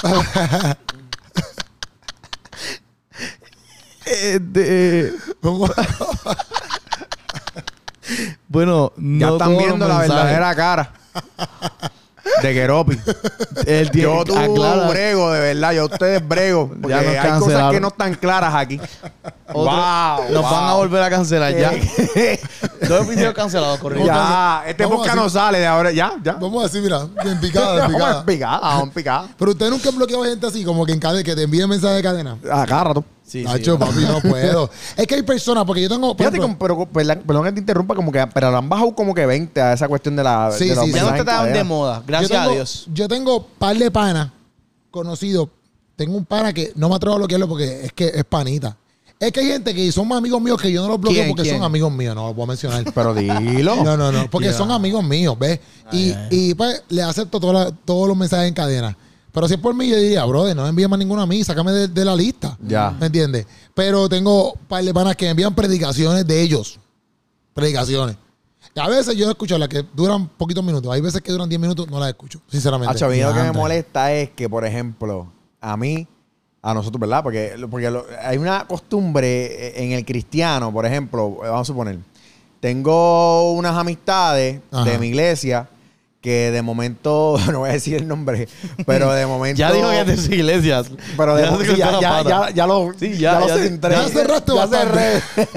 Este, Vamos a- bueno, Ya no están todos viendo los la mensajes. verdadera cara de Keropi. Él tiene- Yo tú aclara. brego, de verdad. Yo ustedes brego. Porque Ya nos hay cosas cancelaron. que no están claras aquí. Otro- Wow, nos wow. van a volver a cancelar ya. Dos episodios cancelados, corriendo. Ya, este Vamos podcast a no sale de ahora. Ya, ya. Vamos a decir, mira, en picada, en Vamos picada. en picada, vamos en picada. Pero ustedes nunca han bloqueado gente así, como que en cadena, que te envíen mensajes de cadena. A cada rato. Sí, sí, Nacho, papi, no puedo. Es que hay personas, porque yo tengo. por Fíjate, ejemplo, como- pero, perdón, perdón que te interrumpa, como que, pero han bajado como que veinte a esa cuestión de la. Sí, de los sí, Ya no mensajes te en dan de cadena. moda, gracias yo tengo, a Dios. Yo tengo un par de panas conocidos. Tengo un pana que no me atrevo a bloquearlo porque es que es panita. Es que hay gente que son amigos míos que yo no los bloqueo ¿Quién, porque quién? son amigos míos, no los puedo mencionar. Pero dilo. No, no, no, porque Ya. son amigos míos, ¿ves? y, ay. y pues le acepto toda la- todos los mensajes en cadena. Pero si es por mí, yo diría, brother, no me envíes más ninguno a mí, sácame de, de la lista. Ya. ¿Me entiendes? Pero tengo un par de panas que me envían predicaciones de ellos. Predicaciones. Y a veces yo escucho las que duran poquitos minutos. Hay veces que duran diez minutos, no las escucho, sinceramente. Hacho, a mí lo que me Diantre. molesta es que, por ejemplo, a mí, a nosotros, ¿verdad? Porque, porque lo- hay una costumbre en el cristiano, por ejemplo, vamos a suponer, tengo unas amistades Ajá. de mi iglesia que de momento, no voy a decir el nombre, pero de momento... Ya dijo que es de su iglesia. Pero de Ya mo- se sí, ya, cortó la ya, pata. ya, ya lo, Sí, ya, ya, lo ya- centré. ya cerraste Ya bastante. cerré.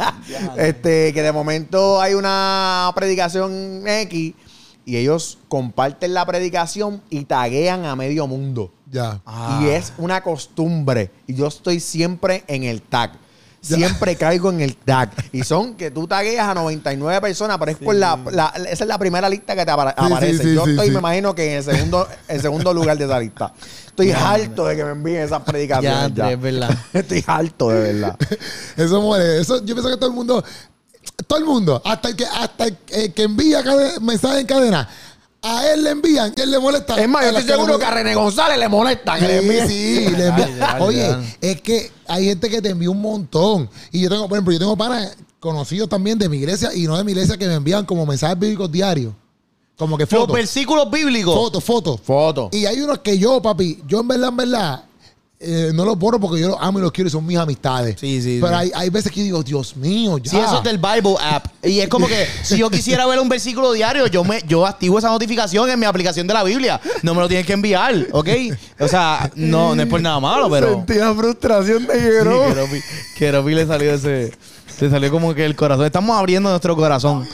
este, que de momento hay una predicación X y ellos comparten la predicación y taguean a medio mundo. Ya. Ah. Y es una costumbre. Y yo estoy siempre en el tag. Siempre caigo en el tag. Y son que tú tagueas a noventa y nueve personas, pero es por la, la- Esa es la primera lista que te apare- Sí, sí, aparece. sí, yo sí, estoy, sí. me imagino que en el segundo, el segundo lugar de esa lista. Estoy harto de que me envíen esas predicaciones. Ya, ya. es verdad. Estoy harto, de verdad. Eso muere. Eso, yo pienso que todo el mundo, todo el mundo, hasta el que, hasta el que- que envía cade- mensaje en cadena, a él le envían, que él le molesta. Es más, yo A las estoy seguro que le- a René González le molestan. que le Sí, envíen. sí, le envía- Ay, ya, Oye, ya. es que hay gente que te envía un montón. Y yo tengo, por ejemplo, yo tengo panas conocidos también de mi iglesia y no de mi iglesia que me envían como mensajes bíblicos diarios. Como que Los fotos. versículos bíblicos. Fotos, fotos. Foto. Y hay unos que yo, papi, yo en verdad, en verdad, eh, no los borro porque yo los amo y los quiero y son mis amistades. Sí, sí, Pero sí. hay, hay veces que digo, Dios mío, ya. Sí, eso es del Bible app. Y es como que si yo quisiera ver un versículo diario, yo me yo activo esa notificación en mi aplicación de la Biblia. No me lo tienes que enviar, ¿ok? O sea, no, no es por nada malo, pero... Sentí la frustración de Sí, Jero. Keropi, Keropi le salió ese... Le salió como que el corazón. Estamos abriendo nuestro corazón.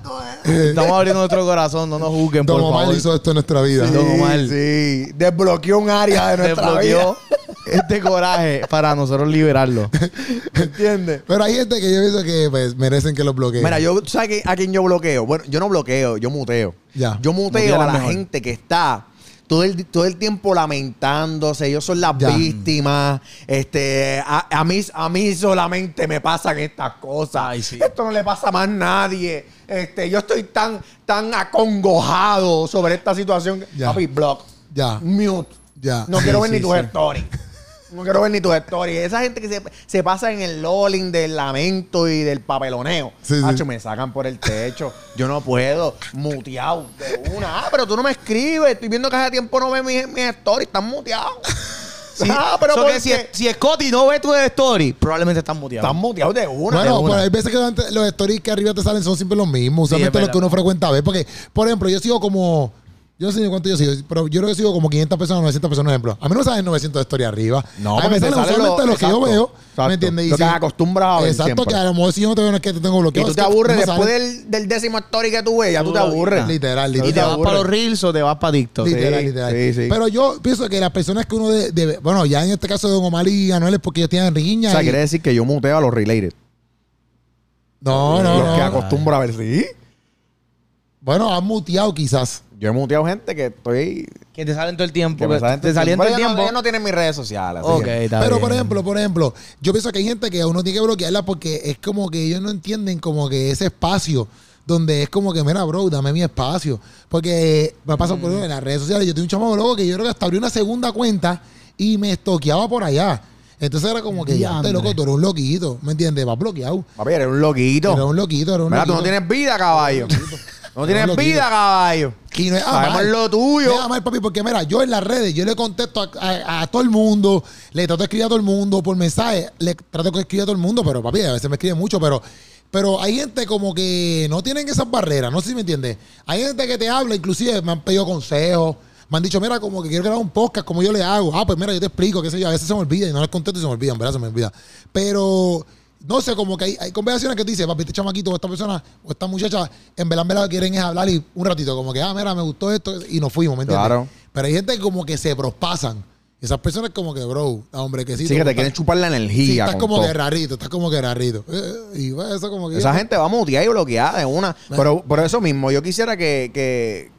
Estamos abriendo nuestro corazón. No nos juzguen, por Don Omar favor. hizo esto en nuestra vida. Sí. Don Omar. Sí, desbloqueó un área de nuestra Desbloqueó vida. este coraje para nosotros liberarlo. ¿Entiendes? Pero hay gente que yo pienso que pues, merecen que los bloqueen. Mira, yo, ¿sabes qué- a quién yo bloqueo? Bueno, yo no bloqueo, yo muteo. Ya. Yo muteo Mutea a la la mejor. gente que está todo el, todo el tiempo lamentándose. Ellos son las Ya. víctimas. Este, a, a mí, a mí solamente me pasan estas cosas. Ay, sí. Esto no le pasa a más nadie. Este, yo estoy tan, tan acongojado sobre esta situación. Ya. Papi, block. Ya. Mute. Ya. No Sí, quiero ver sí, ni tus sí. stories. No quiero ver ni tus stories. Esa gente que se, se pasa en el lolling del lamento y del papeloneo. Sí, sí. Hacho, me sacan por el techo. Yo no puedo. Muteado de una. Ah, pero tú no me escribes. Estoy viendo que hace tiempo no ves mis, mis stories. Están muteados. ah, pero So ¿por que si, qué? si Scotty no ve tu story, probablemente están muteados. Están muteados de una. Bueno, de una. pero hay veces que durante- los stories que arriba te salen son siempre los mismos. Usualmente es los que uno frecuenta ver. Porque, por ejemplo, yo sigo como Yo no sé ni cuánto yo sigo, pero yo creo que sigo como quinientas personas, novecientas personas, por ejemplo. A mí no me salen novecientos de historia arriba. No, a mí porque me te salen salen usualmente lo- los que yo exacto, veo. exacto. ¿Me entiendes? Y Lo que si- acostumbras a ver Exacto, siempre. que a lo mejor si yo no te veo no es que te tengo bloqueado. Y tú es te que aburres no me después sale. del, del décimo story que tú ves, ya tú te Tú- aburres. Literal, ¿Y literal. te vas aburre. para los reels o te vas para TikTok? Literal, Sí, literal. sí, sí. Pero yo pienso que las personas que uno debe, bueno, ya en este caso de Don Omar y Anuel es porque ellos tienen riña. O sea, y- quiere decir que yo muteo a los related. No, no, los no. que acostumbro a ver, sí. Bueno, han muteado quizás. Yo he muteado gente que estoy... Que te salen todo el tiempo. Que me salen te salían todo el Pero ellos no- tiempo. ellos no tienen mis redes sociales. así Ok, que- está Pero bien. por ejemplo, por ejemplo, yo pienso que hay gente que uno tiene que bloquearla porque es como que ellos no entienden como que ese espacio donde es como que, mira, bro, dame mi espacio. Porque me pasa por ejemplo, en las redes sociales, yo tengo un chamo loco que yo creo que hasta abrí una segunda cuenta y me estoqueaba por allá. Entonces era como que, ya, Diandre. te loco, tú eres un loquito, ¿me entiendes? Vas bloqueado. Papi, eres un loquito. Era un loquito, era un Mira, tú loquito. no tienes vida, caballo. No tienes loquito. vida, caballo. Y no es Sabemos amar. lo tuyo. No es amar, papi, porque mira, yo en las redes, yo le contesto a, a- a todo el mundo, le trato de escribir a todo el mundo por mensaje, le trato de escribir a todo el mundo, pero papi, a veces me escribe mucho, pero, pero hay gente como que no tienen esas barreras, no sé si me entiendes. Hay gente que te habla, inclusive me han pedido consejos, me han dicho, mira, como que quiero grabar un podcast, como yo le hago. Ah, pues mira, yo te explico, qué sé yo, a veces se me olvida y no les contesto y se me olvidan, ¿verdad? Se me olvida. Pero... No sé, como que hay, hay conversaciones que tú dices, papi, este chamaquito o esta persona o esta muchacha, en verdad, en verdad, quieren es hablar y un ratito, como que, ah, mira, me gustó esto y nos fuimos, ¿me entiendes? Claro. Pero hay gente que como que se prospasan. Y esas personas como que, bro, hombre, que sí. Sí, que te quieren chupar la Sí, energía. estás con como todo. que rarito, estás como que rarito. Eh, y pues, eso como que... Esa gente va a mutear y bloquear de una. Pero por eso mismo, yo quisiera que. que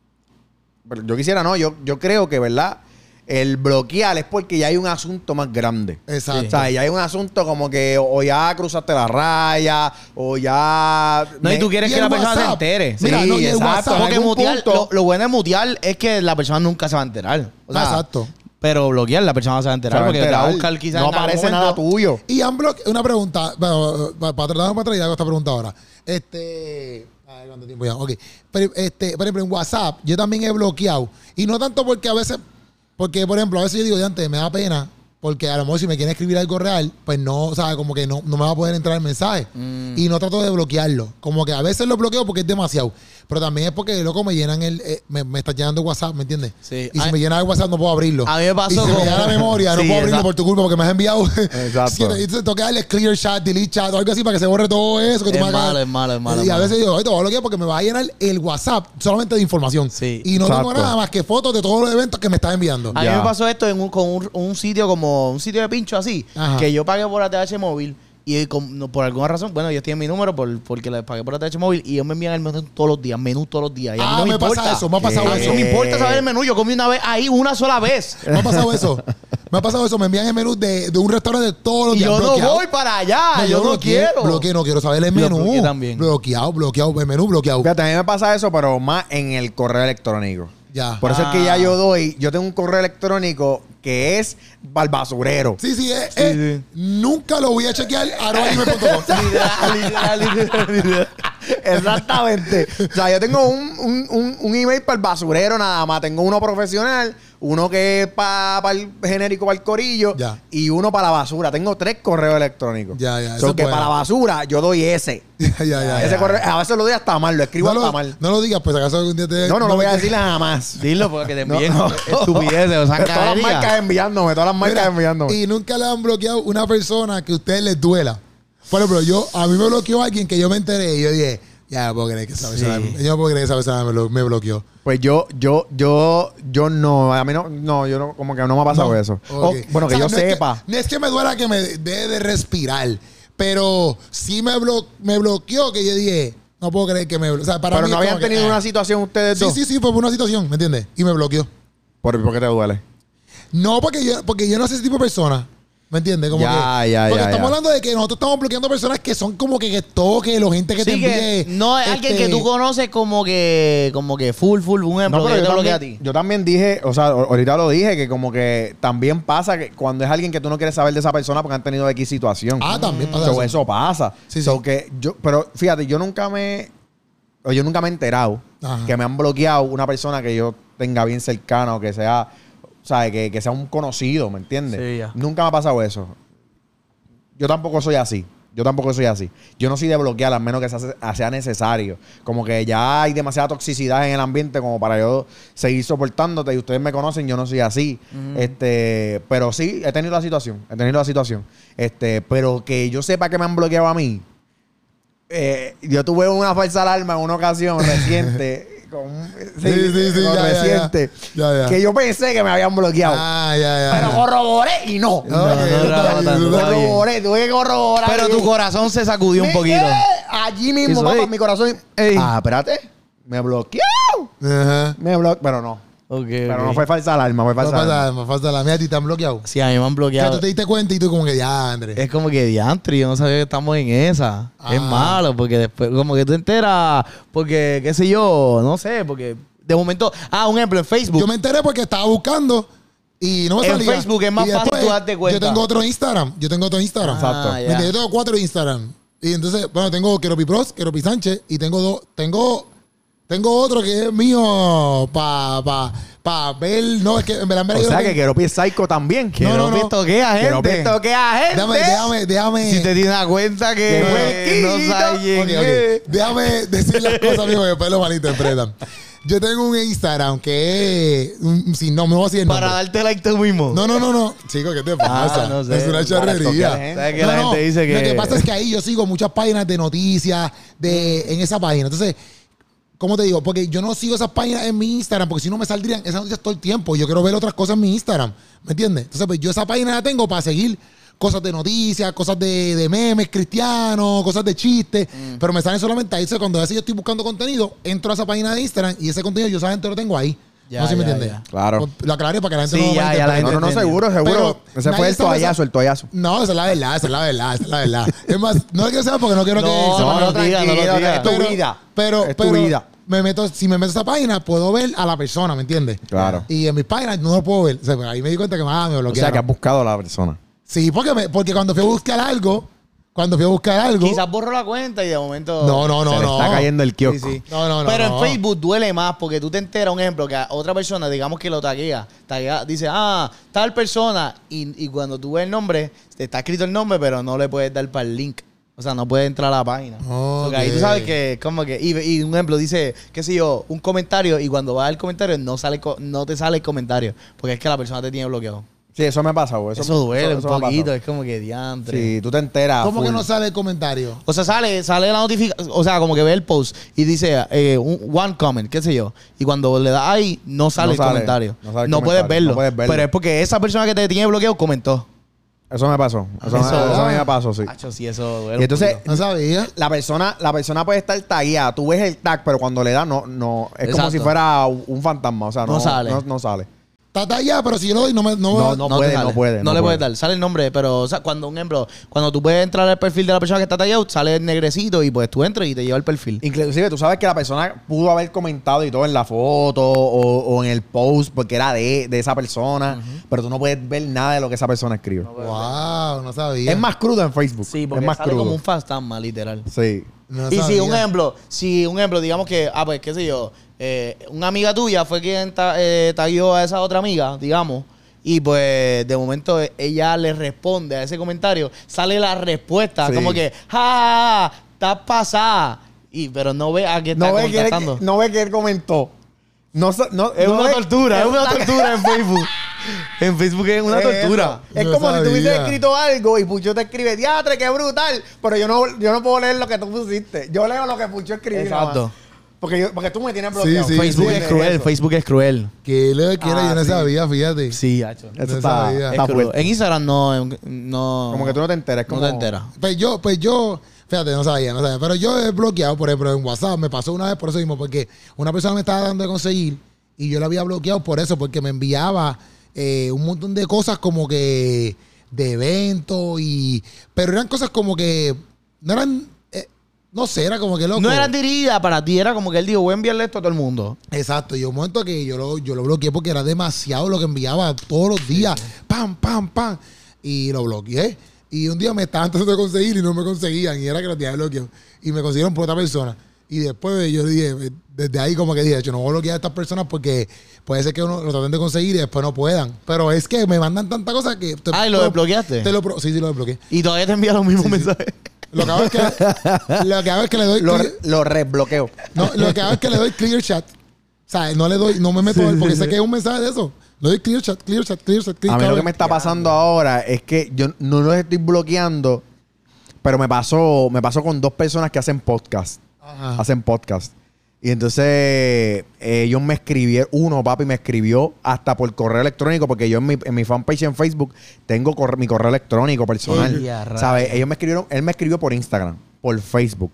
pero yo quisiera, no, yo, yo creo que, ¿verdad? El bloquear es porque ya hay un asunto más grande. Exacto. O sea, ya hay un asunto como que o ya cruzaste la raya, o ya. No, y tú quieres Y que el la persona se WhatsApp. entere. Mira, Sí, no, y el exacto. WhatsApp. En Porque algún mutear, punto- lo, lo bueno de mutear es que la persona nunca se va a enterar. O sea, Exacto. Pero bloquear, la persona no se va a Se enterar va a porque te va a enterar. buscar quizás. No en algún aparece momento. nada tuyo. Y han bloqueado... Una pregunta, bueno, para, para tratar para atrás y hago esta pregunta ahora. Este... Ay, ¿cuánto tiempo ya? Ok. Pero, este, por ejemplo, en WhatsApp yo también he bloqueado. Y no tanto porque a veces... Porque, por ejemplo, a veces yo digo, de antes, me da pena, porque a lo mejor si me quieren escribir algo real, pues no, o sea, como que no, no me va a poder entrar el mensaje. Mm. Y no trato de bloquearlo. Como que a veces lo bloqueo porque es demasiado. Pero también es porque, loco, me llenan el... eh, me, me está llenando WhatsApp, ¿me entiendes? Sí. Y si A- me llena el WhatsApp no puedo abrirlo. A mí me pasó Y si con- me llena la memoria, no Sí, puedo abrirlo exacto. por tu culpa porque me has enviado... Exacto. Sí, entonces tengo que darle clear chat, delete chat o algo así para que se borre todo eso que tú Es me acabas- malo, es malo, es malo, Y es a malo. veces digo, "Ay, te voy a bloquear porque me va a llenar el WhatsApp solamente de información. Sí. Y no tengo Exacto. nada más que fotos de todos los eventos que me estás enviando. A mí Ya. me pasó esto en un, con un, un sitio como un sitio de pincho así, Ajá. que yo pagué por A T H móvil y con- no, por alguna razón, bueno, yo estoy en mi número por, porque le pagué por A T H móvil y ellos me envían el menú todos los días, menú todos los días. Y a mí Ah, no me, me importa. pasa eso, me ha pasado A mí eso. no me importa saber el menú, yo comí una vez ahí, una sola vez. Me ha pasado eso. Me ha pasado eso. Me envían el menú de, de un restaurante todos los Y días. yo no bloqueado. voy para allá, No, yo no bloqueé, quiero. Bloqueé, no quiero saber el Lo menú. bloqueé también. Bloqueado, bloqueado. El menú bloqueado. Fíjate, a mí me pasa eso, pero más en el correo electrónico. Ya. Por eso es que Ah. ya yo doy, yo tengo un correo electrónico que es para el basurero. Sí, sí, eh, eh, nunca lo voy a chequear. arroba gmail punto com. Literal, literal, literal, literal. Exactamente. O sea, yo tengo un, un, un, un email para el basurero nada más. Tengo uno profesional, uno que es para el genérico, para el corillo, Ya. y uno para la basura. Tengo tres correos electrónicos. Ya, ya, eso So es que bueno. para la basura yo doy ese. Ya, ya, ya, ese ya. correo, a veces lo doy hasta mal, lo escribo No hasta lo, mal. no lo digas, pues acaso algún día te... No, no lo voy a te- decir jamás. Dilo porque te envíen No. estupideces, o sea, Todas las marcas enviándome, todas las marcas Mira, enviándome. y nunca le han bloqueado una persona que a ustedes les duela. Por ejemplo, yo, a mí me bloqueó alguien que yo me enteré y yo dije, ya no puedo creer que esa persona, Sí. yo no puedo creer que esa persona me, lo- me bloqueó. Pues yo, yo, yo, yo no, a mí no, no, yo no, como que no me ha pasado No. eso. Ok. O, bueno, que O sea, yo no es sepa. no es que me duela que me dé de respirar, pero sí me, blo- me bloqueó que yo dije, no puedo creer que me bloqueó. O sea, para Pero mí no es habían como que, tenido eh. una situación ustedes Sí, dos. sí, sí, fue por una situación, ¿me entiendes? Y me bloqueó. ¿Por, por qué te duele? No, porque yo, porque yo no soy ese tipo de persona. ¿Me entiendes? Como Ya, que, ya, porque ya, estamos ya. hablando de que nosotros estamos bloqueando personas que son como que, que toque, o gente que te Sí, que envíe. no es alguien este, que tú conoces como que como que full, full, un ejemplo, No, que pero yo yo te bloqueé a también, ti. yo también dije, o sea, ahorita lo dije, que como que también pasa que cuando es alguien que tú no quieres saber de esa persona porque han tenido X situación. Ah, también pasa So, eso. eso pasa. Sí, So sí. que yo, pero fíjate, yo nunca me, o yo nunca me he enterado Ajá. que me han bloqueado una persona que yo tenga bien cercana o que sea, o sea, que, que sea un conocido, ¿me entiendes? Sí, ya. Nunca me ha pasado eso. Yo tampoco soy así. Yo tampoco soy así. Yo no soy de bloquear, al menos que sea, sea necesario. Como que ya hay demasiada toxicidad en el ambiente como para yo seguir soportándote. Y ustedes me conocen, yo no soy así. Uh-huh. Este, pero sí, he tenido la situación. He tenido la situación. Este, pero que yo sepa que me han bloqueado a mí. Eh, yo tuve una falsa alarma en una ocasión reciente. Con, sí, sí, sí, sí, ya, reciente. Ya, ya. Ya, que yo pensé que me habían bloqueado. Ah, ya, ya. Pero corroboré y no. No, no, no, no, no corroboré, tuve que corroborar. Pero tu corazón se sacudió un poquito. Allí mismo, papá, mi corazón. Ey. Ah, espérate. Me bloqueó. Uh-huh. Me bloqueó. Pero no. Okay, pero okay. no fue falsa alarma, fue falsa no, alarma. No fue falsa alarma. ¿A ti te han bloqueado? Sí, a mí me han bloqueado. O sea, tú te diste cuenta y tú como que diantre. Es como que diantre, yo no sabía que estamos en esa. Ah. Es malo, porque después, como que tú enteras, porque, qué sé yo, no sé, porque de momento, ah, un ejemplo, en Facebook. Yo me enteré porque estaba buscando y no me salía. En Facebook es más después, fácil tú darte cuenta. Yo tengo otro Instagram, yo tengo otro Instagram. Exacto. Ah, yo tengo cuatro Instagram. Y entonces, bueno, tengo Keropi Pros, Keropi Sánchez y tengo dos, tengo... Tengo otro que es mío para pa, pa ver. No, es que en verdad me O sea, que Keropi es psycho también. Que no, no, no. toquea gente. Keropi toquea gente. Déjame, déjame, déjame. Si te tienes cuenta que eh, no sabes quién okay, okay. Déjame decir las cosas, amigo, que después lo malinterpretan. Yo tengo un Instagram que es un, si no me voy a decir el para nombre. Darte like tú mismo. No, no, no, no. Chico, ¿qué te pasa? Ah, no sé. Es una charrería. ¿Sabes que no, la no. gente dice que Lo que pasa es que ahí yo sigo muchas páginas de noticias de en esa página. Entonces, ¿cómo te digo? Porque yo no sigo esas páginas en mi Instagram, porque si no me saldrían esas noticias todo el tiempo. Yo quiero ver otras cosas en mi Instagram. ¿Me entiendes? Entonces, pues yo esa página la tengo para seguir cosas de noticias, cosas de, de memes cristianos, cosas de chistes. Mm. Pero me salen solamente ahí. Entonces, cuando a veces yo estoy buscando contenido, entro a esa página de Instagram y ese contenido yo solamente lo tengo ahí. Ya, no sé si me entiendes. Claro. Pues, lo aclaré para que la gente sí, no ya, ya la gente No, no, no, seguro, seguro. Pero ese fue el toallazo, el toallazo. No, esa es la verdad, esa es la verdad, esa es la verdad. Es más, no lo quiero saber porque no quiero no, que... No, no, no, tranquilo, no lo digas. Es tu vida. Pero, es pero, tu vida. Me meto, si me meto a esa página, puedo ver a la persona, ¿me entiendes? Claro. Y en mis páginas no lo puedo ver. O sea, ahí me di cuenta que ah, me bloquearon. O sea, que has buscado a la persona. Sí, porque, me, porque cuando fui a buscar algo, cuando fui a buscar algo... Quizás borro la cuenta y de momento... No, no, no, se no. Le está cayendo el kiosco. Sí, sí. No, no, no. Pero no. en Facebook duele más porque tú te enteras, un ejemplo, que a otra persona, digamos que lo taguea, taguea dice, ah, tal persona, y, y cuando tú ves el nombre, te está escrito el nombre, pero no le puedes dar para el link. O sea, no puede entrar a la página. Okay. Porque ahí tú sabes que, como que, y, y un ejemplo dice, qué sé yo, un comentario, y cuando vas al comentario no sale no te sale el comentario, porque es que la persona te tiene bloqueado. Sí, eso me pasa, güey. Eso, eso duele eso, eso un poquito, es como que diantre. Sí, tú te enteras. ¿Cómo full. que no sale el comentario? O sea, sale, sale la notificación, o sea, como que ve el post y dice eh, un, one comment, qué sé yo. Y cuando le das ahí, no sale, no el, sale comentario. No, sale el no, comentario. Puedes verlo, no puedes verlo. Pero es porque esa persona que te tiene bloqueado comentó. Eso me pasó. Eso, eso, me, eso a mí me pasó, sí. Hacho, sí, eso duele. Y entonces, no sabía. La persona, la persona puede estar tagueada. Tú ves el tag, pero cuando le das, no, no. Es Exacto. como si fuera un fantasma. O sea, no, no sale. No, no sale. Está tallada, pero si yo lo doy, no me. No, no, no, no puede, no puede. No, no le puede. puedes dar. Sale el nombre, pero o sea, cuando un ejemplo, cuando tú puedes entrar al perfil de la persona que está tallado, sale el negrecito y pues tú entras y te lleva el perfil. Inclusive tú sabes que la persona pudo haber comentado y todo en la foto o, o en el post porque era de, de esa persona, uh-huh. pero tú no puedes ver nada de lo que esa persona escribe. No wow, no sabía. Es más crudo en Facebook. Sí, porque es más sale crudo. como un fantasma, literal. Sí. No y sabía. si un ejemplo, si un ejemplo, digamos que, ah, pues qué sé yo, eh, una amiga tuya fue quien ta, eh, tagueó a esa otra amiga, digamos. Y pues de momento ella le responde a ese comentario, sale la respuesta, sí. como que, ja, ja, ja, estás pasada. Y, pero no ve a qué está no ve contestando. Que él, no ve que él comentó. No, no, es no una ve, tortura, es una tortura en Facebook. En Facebook es una es tortura. Es no como sabía. si tú hubieses escrito algo y Pucho te escribe, diatre, qué brutal. Pero yo no, yo no puedo leer lo que tú pusiste. Yo leo lo que Pucho escribió. Exacto. Porque, yo, porque tú me tienes bloqueado. Sí, sí, Facebook sí, es cruel, eso. Facebook es cruel. Que lo que era, Ah, yo no sí. sabía, fíjate. Sí, hacho. Eso No está, sabía. está Es cruel. fuerte. En Instagram no, no... Como que tú no te enteras. Como... No te enteras. Pues yo, pues yo, fíjate, no sabía, no sabía. Pero yo he bloqueado, por ejemplo, en WhatsApp. Me pasó una vez por eso mismo, porque una persona me estaba dando de conseguir y yo la había bloqueado por eso, porque me enviaba eh, un montón de cosas como que de eventos y... Pero eran cosas como que... No eran... Eh, no sé, era como que loco. No eran dirigidas para ti, era como que él dijo, voy a enviarle esto a todo el mundo. Exacto, y un momento que yo lo, yo lo bloqueé porque era demasiado lo que enviaba todos los días. Sí, sí. Pam, pam, pam. Y lo bloqueé. Y un día me estaban tratando de conseguir y no me conseguían. Y era que lo tenía bloqueado. Y me consiguieron por otra persona. Y después yo dije, desde ahí como que dije, yo no voy a bloquear a estas personas porque puede ser que uno lo traten de conseguir y después no puedan. Pero es que me mandan tantas cosas que... Te, ah, ¿y lo desbloqueaste? Te lo, sí, sí, lo desbloqueé. Y todavía te envían los mismos sí, mensajes. Sí. Lo que hago es que, lo que, hago es que le doy... Lo, clear, lo resbloqueo. no, lo que hago es que le doy clear chat. O sea, no le doy, no me meto Sí, a él porque sí, sé sí. que es un mensaje de eso. Le doy clear chat, clear chat, clear chat, clear A mí lo chat. que me está pasando ahora es que yo no los estoy bloqueando, pero me pasó, me pasó con dos personas que hacen podcast. Ajá. Hacen podcast. Y entonces eh, ellos me escribieron, uno, papi, me escribió hasta por correo electrónico, porque yo en mi, en mi fanpage en Facebook tengo corre- mi correo electrónico personal. Ey, a rayos. ¿Sabes? Ellos me escribieron, él me escribió por Instagram, por Facebook.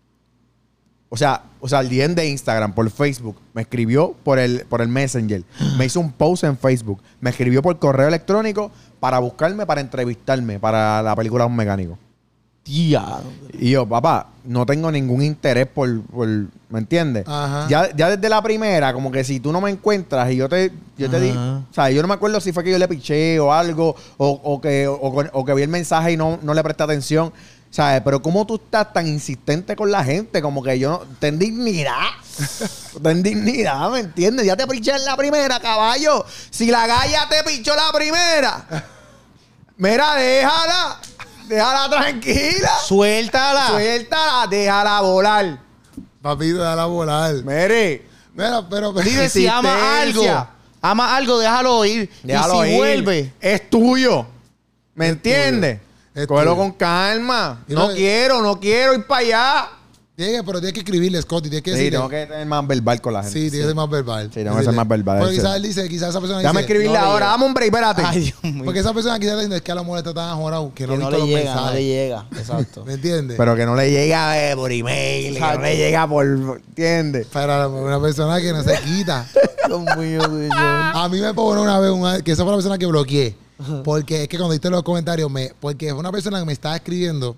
O sea, o sea, el D M de Instagram, por Facebook. Me escribió por el, por el Messenger. Me hizo un post en Facebook. Me escribió por correo electrónico para buscarme, para entrevistarme para la película Un Mecánico. Tía. Y yo, papá, no tengo ningún interés por, por ¿me entiendes? Ajá. Ya, ya desde la primera, como que si tú no me encuentras y yo te, yo te di, Ajá. o sea, yo no me acuerdo si fue que yo le piché o algo, o, o que, o, o que vi el mensaje y no, no le presté atención, ¿sabes? Pero cómo tú estás tan insistente con la gente, como que yo no, ten dignidad, ten dignidad, ¿me entiendes? Ya te piché en la primera, caballo. Si la galla te pichó la primera, mira, déjala. Déjala tranquila. Suéltala. Suéltala, déjala volar. Papito, déjala volar. Mire, Mira, pero... pero Dile si ama algo. Insistencia. Ama algo, déjalo ir. déjalo y si ir. vuelve. Es tuyo. ¿Me Es entiendes? tuyo. Es Cógelo tuyo. con calma. Y No no- quiero, no quiero ir para allá. Tiene, pero tienes que escribirle, Scotty. Tienes que Sí, decirle... tengo que tener más verbal con la gente. Sí, tiene que ser más verbal. Sí, tengo que ser más verbal, Porque ese. quizás él dice, quizás esa persona Déjame dice... escribirle no le ahora. llega. Dame un break, espérate. Ay, Dios mío. Porque esa persona quizás está diciendo, es que a la mujer está tan ajorado que no, que no ha le visto los llega, no le mensajes. llega. Exacto. ¿Me entiendes? Pero que no le llega eh, por email, que no Exacto. le llega por... ¿Entiendes? Para una persona que no se quita. Dios mío, Dios. A mí me pone una vez una, que esa fue la persona que bloqueé. Porque es que cuando diste los comentarios, me, porque fue una persona que me estaba escribiendo.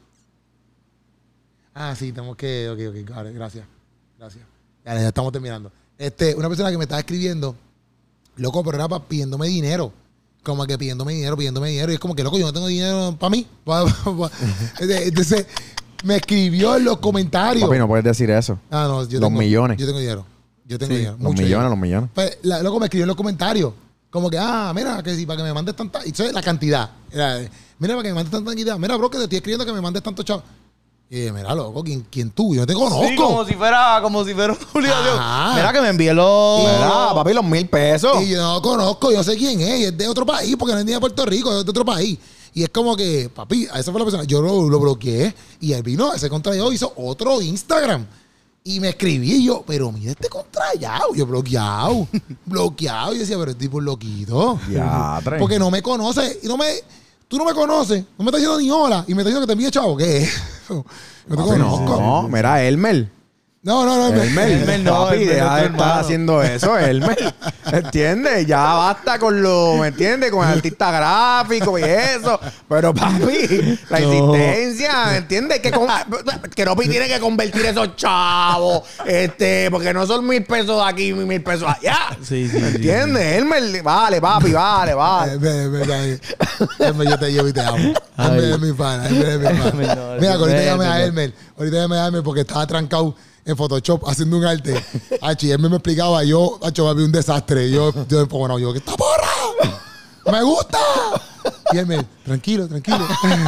Ah, sí, tenemos que. Ok, ok, got it, gracias. Gracias. Ya, ya estamos terminando. Este, una persona que me estaba escribiendo, loco, pero era pa- pidiéndome dinero. Como que pidiéndome dinero, pidiéndome dinero. Y es como que, loco, yo no tengo dinero para mí. Pa- pa- pa- Entonces, me escribió en los comentarios. Papi, no puedes decir eso. Ah, no, yo Los tengo, millones. Yo tengo dinero. Yo tengo Sí, dinero. los mucho millones, dinero. los millones. Pues, la, loco me escribió en los comentarios. Como que, ah, mira, que si para que me mandes tanta. Y eso es la cantidad. Era, mira, para que me mandes tanta cantidad. Mira, bro, que te estoy escribiendo que me mandes tanto chavo. Y dije, mira, loco, ¿quién, quién tú? Yo no te conozco. Sí, como si fuera, como si fuera una obligación. Ajá. Mira que me envié los. Mira, papi, los mil pesos. Y yo no lo conozco, yo sé quién es. Y es de otro país, porque no es ni de Puerto Rico, es de otro país. Y es como que, papi, a esa fue la persona. Yo lo, lo bloqueé. Y él vino, ese contrallado hizo otro Instagram. Y me escribí y yo, pero mira este contrallado. Yo bloqueado, bloqueado. Y decía, pero este tipo es loquito. Ya, tres. Porque no me conoce. Y no me. Tú no me conoces. No me estás diciendo ni hola. Y me estás diciendo que te envíe chavo. ¿Qué es? No te Papi, conozco. no, mira, Elmer. No, no, no. me- Elmer, Elmer no, papi, Elmer deja es tu de estar hermano. haciendo eso, Elmer. ¿Entiendes? Ya basta con lo, ¿me entiendes? Con el artista gráfico y eso. Pero, papi, la No. insistencia, ¿me entiendes? Que, con, que Ropi tiene que convertir esos chavos, este, porque no son mil pesos de aquí y mil pesos allá. Sí, sí, ¿Me sí, entiendes? Elmer, vale, papi, vale, vale. Eh, ve, ve, ve, Elmer, yo te llevo y te amo. Ay. Elmer es mi pana. Elmer es mi pana. Elmer no, Mira, que ahorita Elmer, llamé a no. Elmer. Ahorita llamé a Elmer porque estaba trancado en Photoshop haciendo un arte. Hachi, Elmer me explicaba. Yo, Hacho, había un desastre. Yo, yo, bueno, yo, ¿qué está porra? ¡Me gusta! Y Elmer, tranquilo, tranquilo.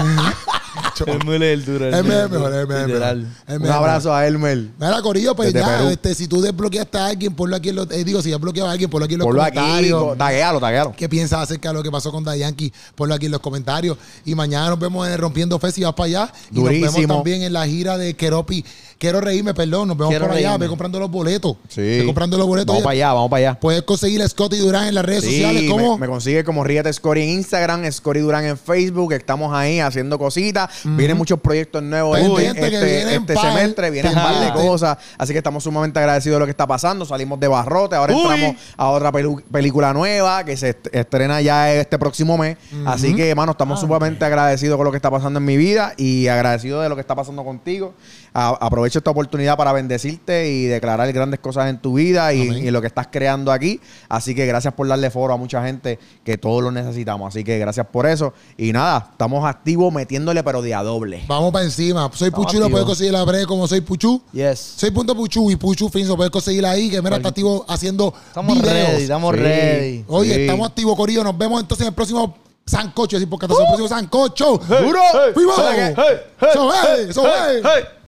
Elmer es el duro. Elmer es mejor, Elmer es mejor. Literal. Elmer es Un mejor. abrazo a Elmer. Mira, Corillo, pues Desde ya, Perú. este, si tú desbloqueaste a alguien, ponlo aquí en los... eh, digo, si has bloqueado a alguien, ponlo aquí en los Ponlo aquí, comentarios. taguealo, taguealo. ¿Qué piensas acerca de lo que pasó con Daddy Yankee? Ponlo aquí en los comentarios. Y mañana nos vemos en el Rompiendo Fe si vas para allá. Y nos Durísimo. vemos también en la gira de Keropi. Quiero reírme, perdón. Nos vemos Quiero por allá. reírme. Ve comprando los boletos. Sí. Ve comprando los boletos. Vamos Oye, para allá, vamos para allá. puedes conseguir a Scotty Durán en las redes Sí, sociales. ¿Cómo? Me, me consigue como Ríete Scory en Instagram, Scory Durán en Facebook. Estamos ahí haciendo cositas. Vienen muchos proyectos nuevos Pendiente este, que este, vienen este par. semestre. Vienen un par de Pendiente. cosas. Así que estamos sumamente agradecidos de lo que está pasando. Salimos de Barrote. Ahora Uy. entramos a otra pelu- película nueva que se est- estrena ya este próximo mes. Así que, hermano, estamos sumamente agradecidos con lo que está pasando en mi vida y agradecidos de lo que está pasando contigo. A- aprovecho esta oportunidad para bendecirte y declarar grandes cosas en tu vida y, Amén. y lo que estás creando aquí. Así que gracias por darle foro a mucha gente que todos lo necesitamos. Así que gracias por eso. Y nada, estamos activos metiéndole pero de a doble. Vamos para encima. Soy Estamos Puchu, lo activos. puedes conseguir en la red como Soy Puchu. Yes. Soy punto Puchu y Puchu Fins lo puedes conseguir ahí. Que mira, está activo haciendo Estamos videos. ready, estamos Sí. ready. Oye, Sí. estamos activos, Corillo. Nos vemos entonces en el próximo Sancocho, decir por catorce próximo Sancocho. ¡Duro! ¡Primo! Hey, hey, ¡Eso es! ¡Eso es! hey.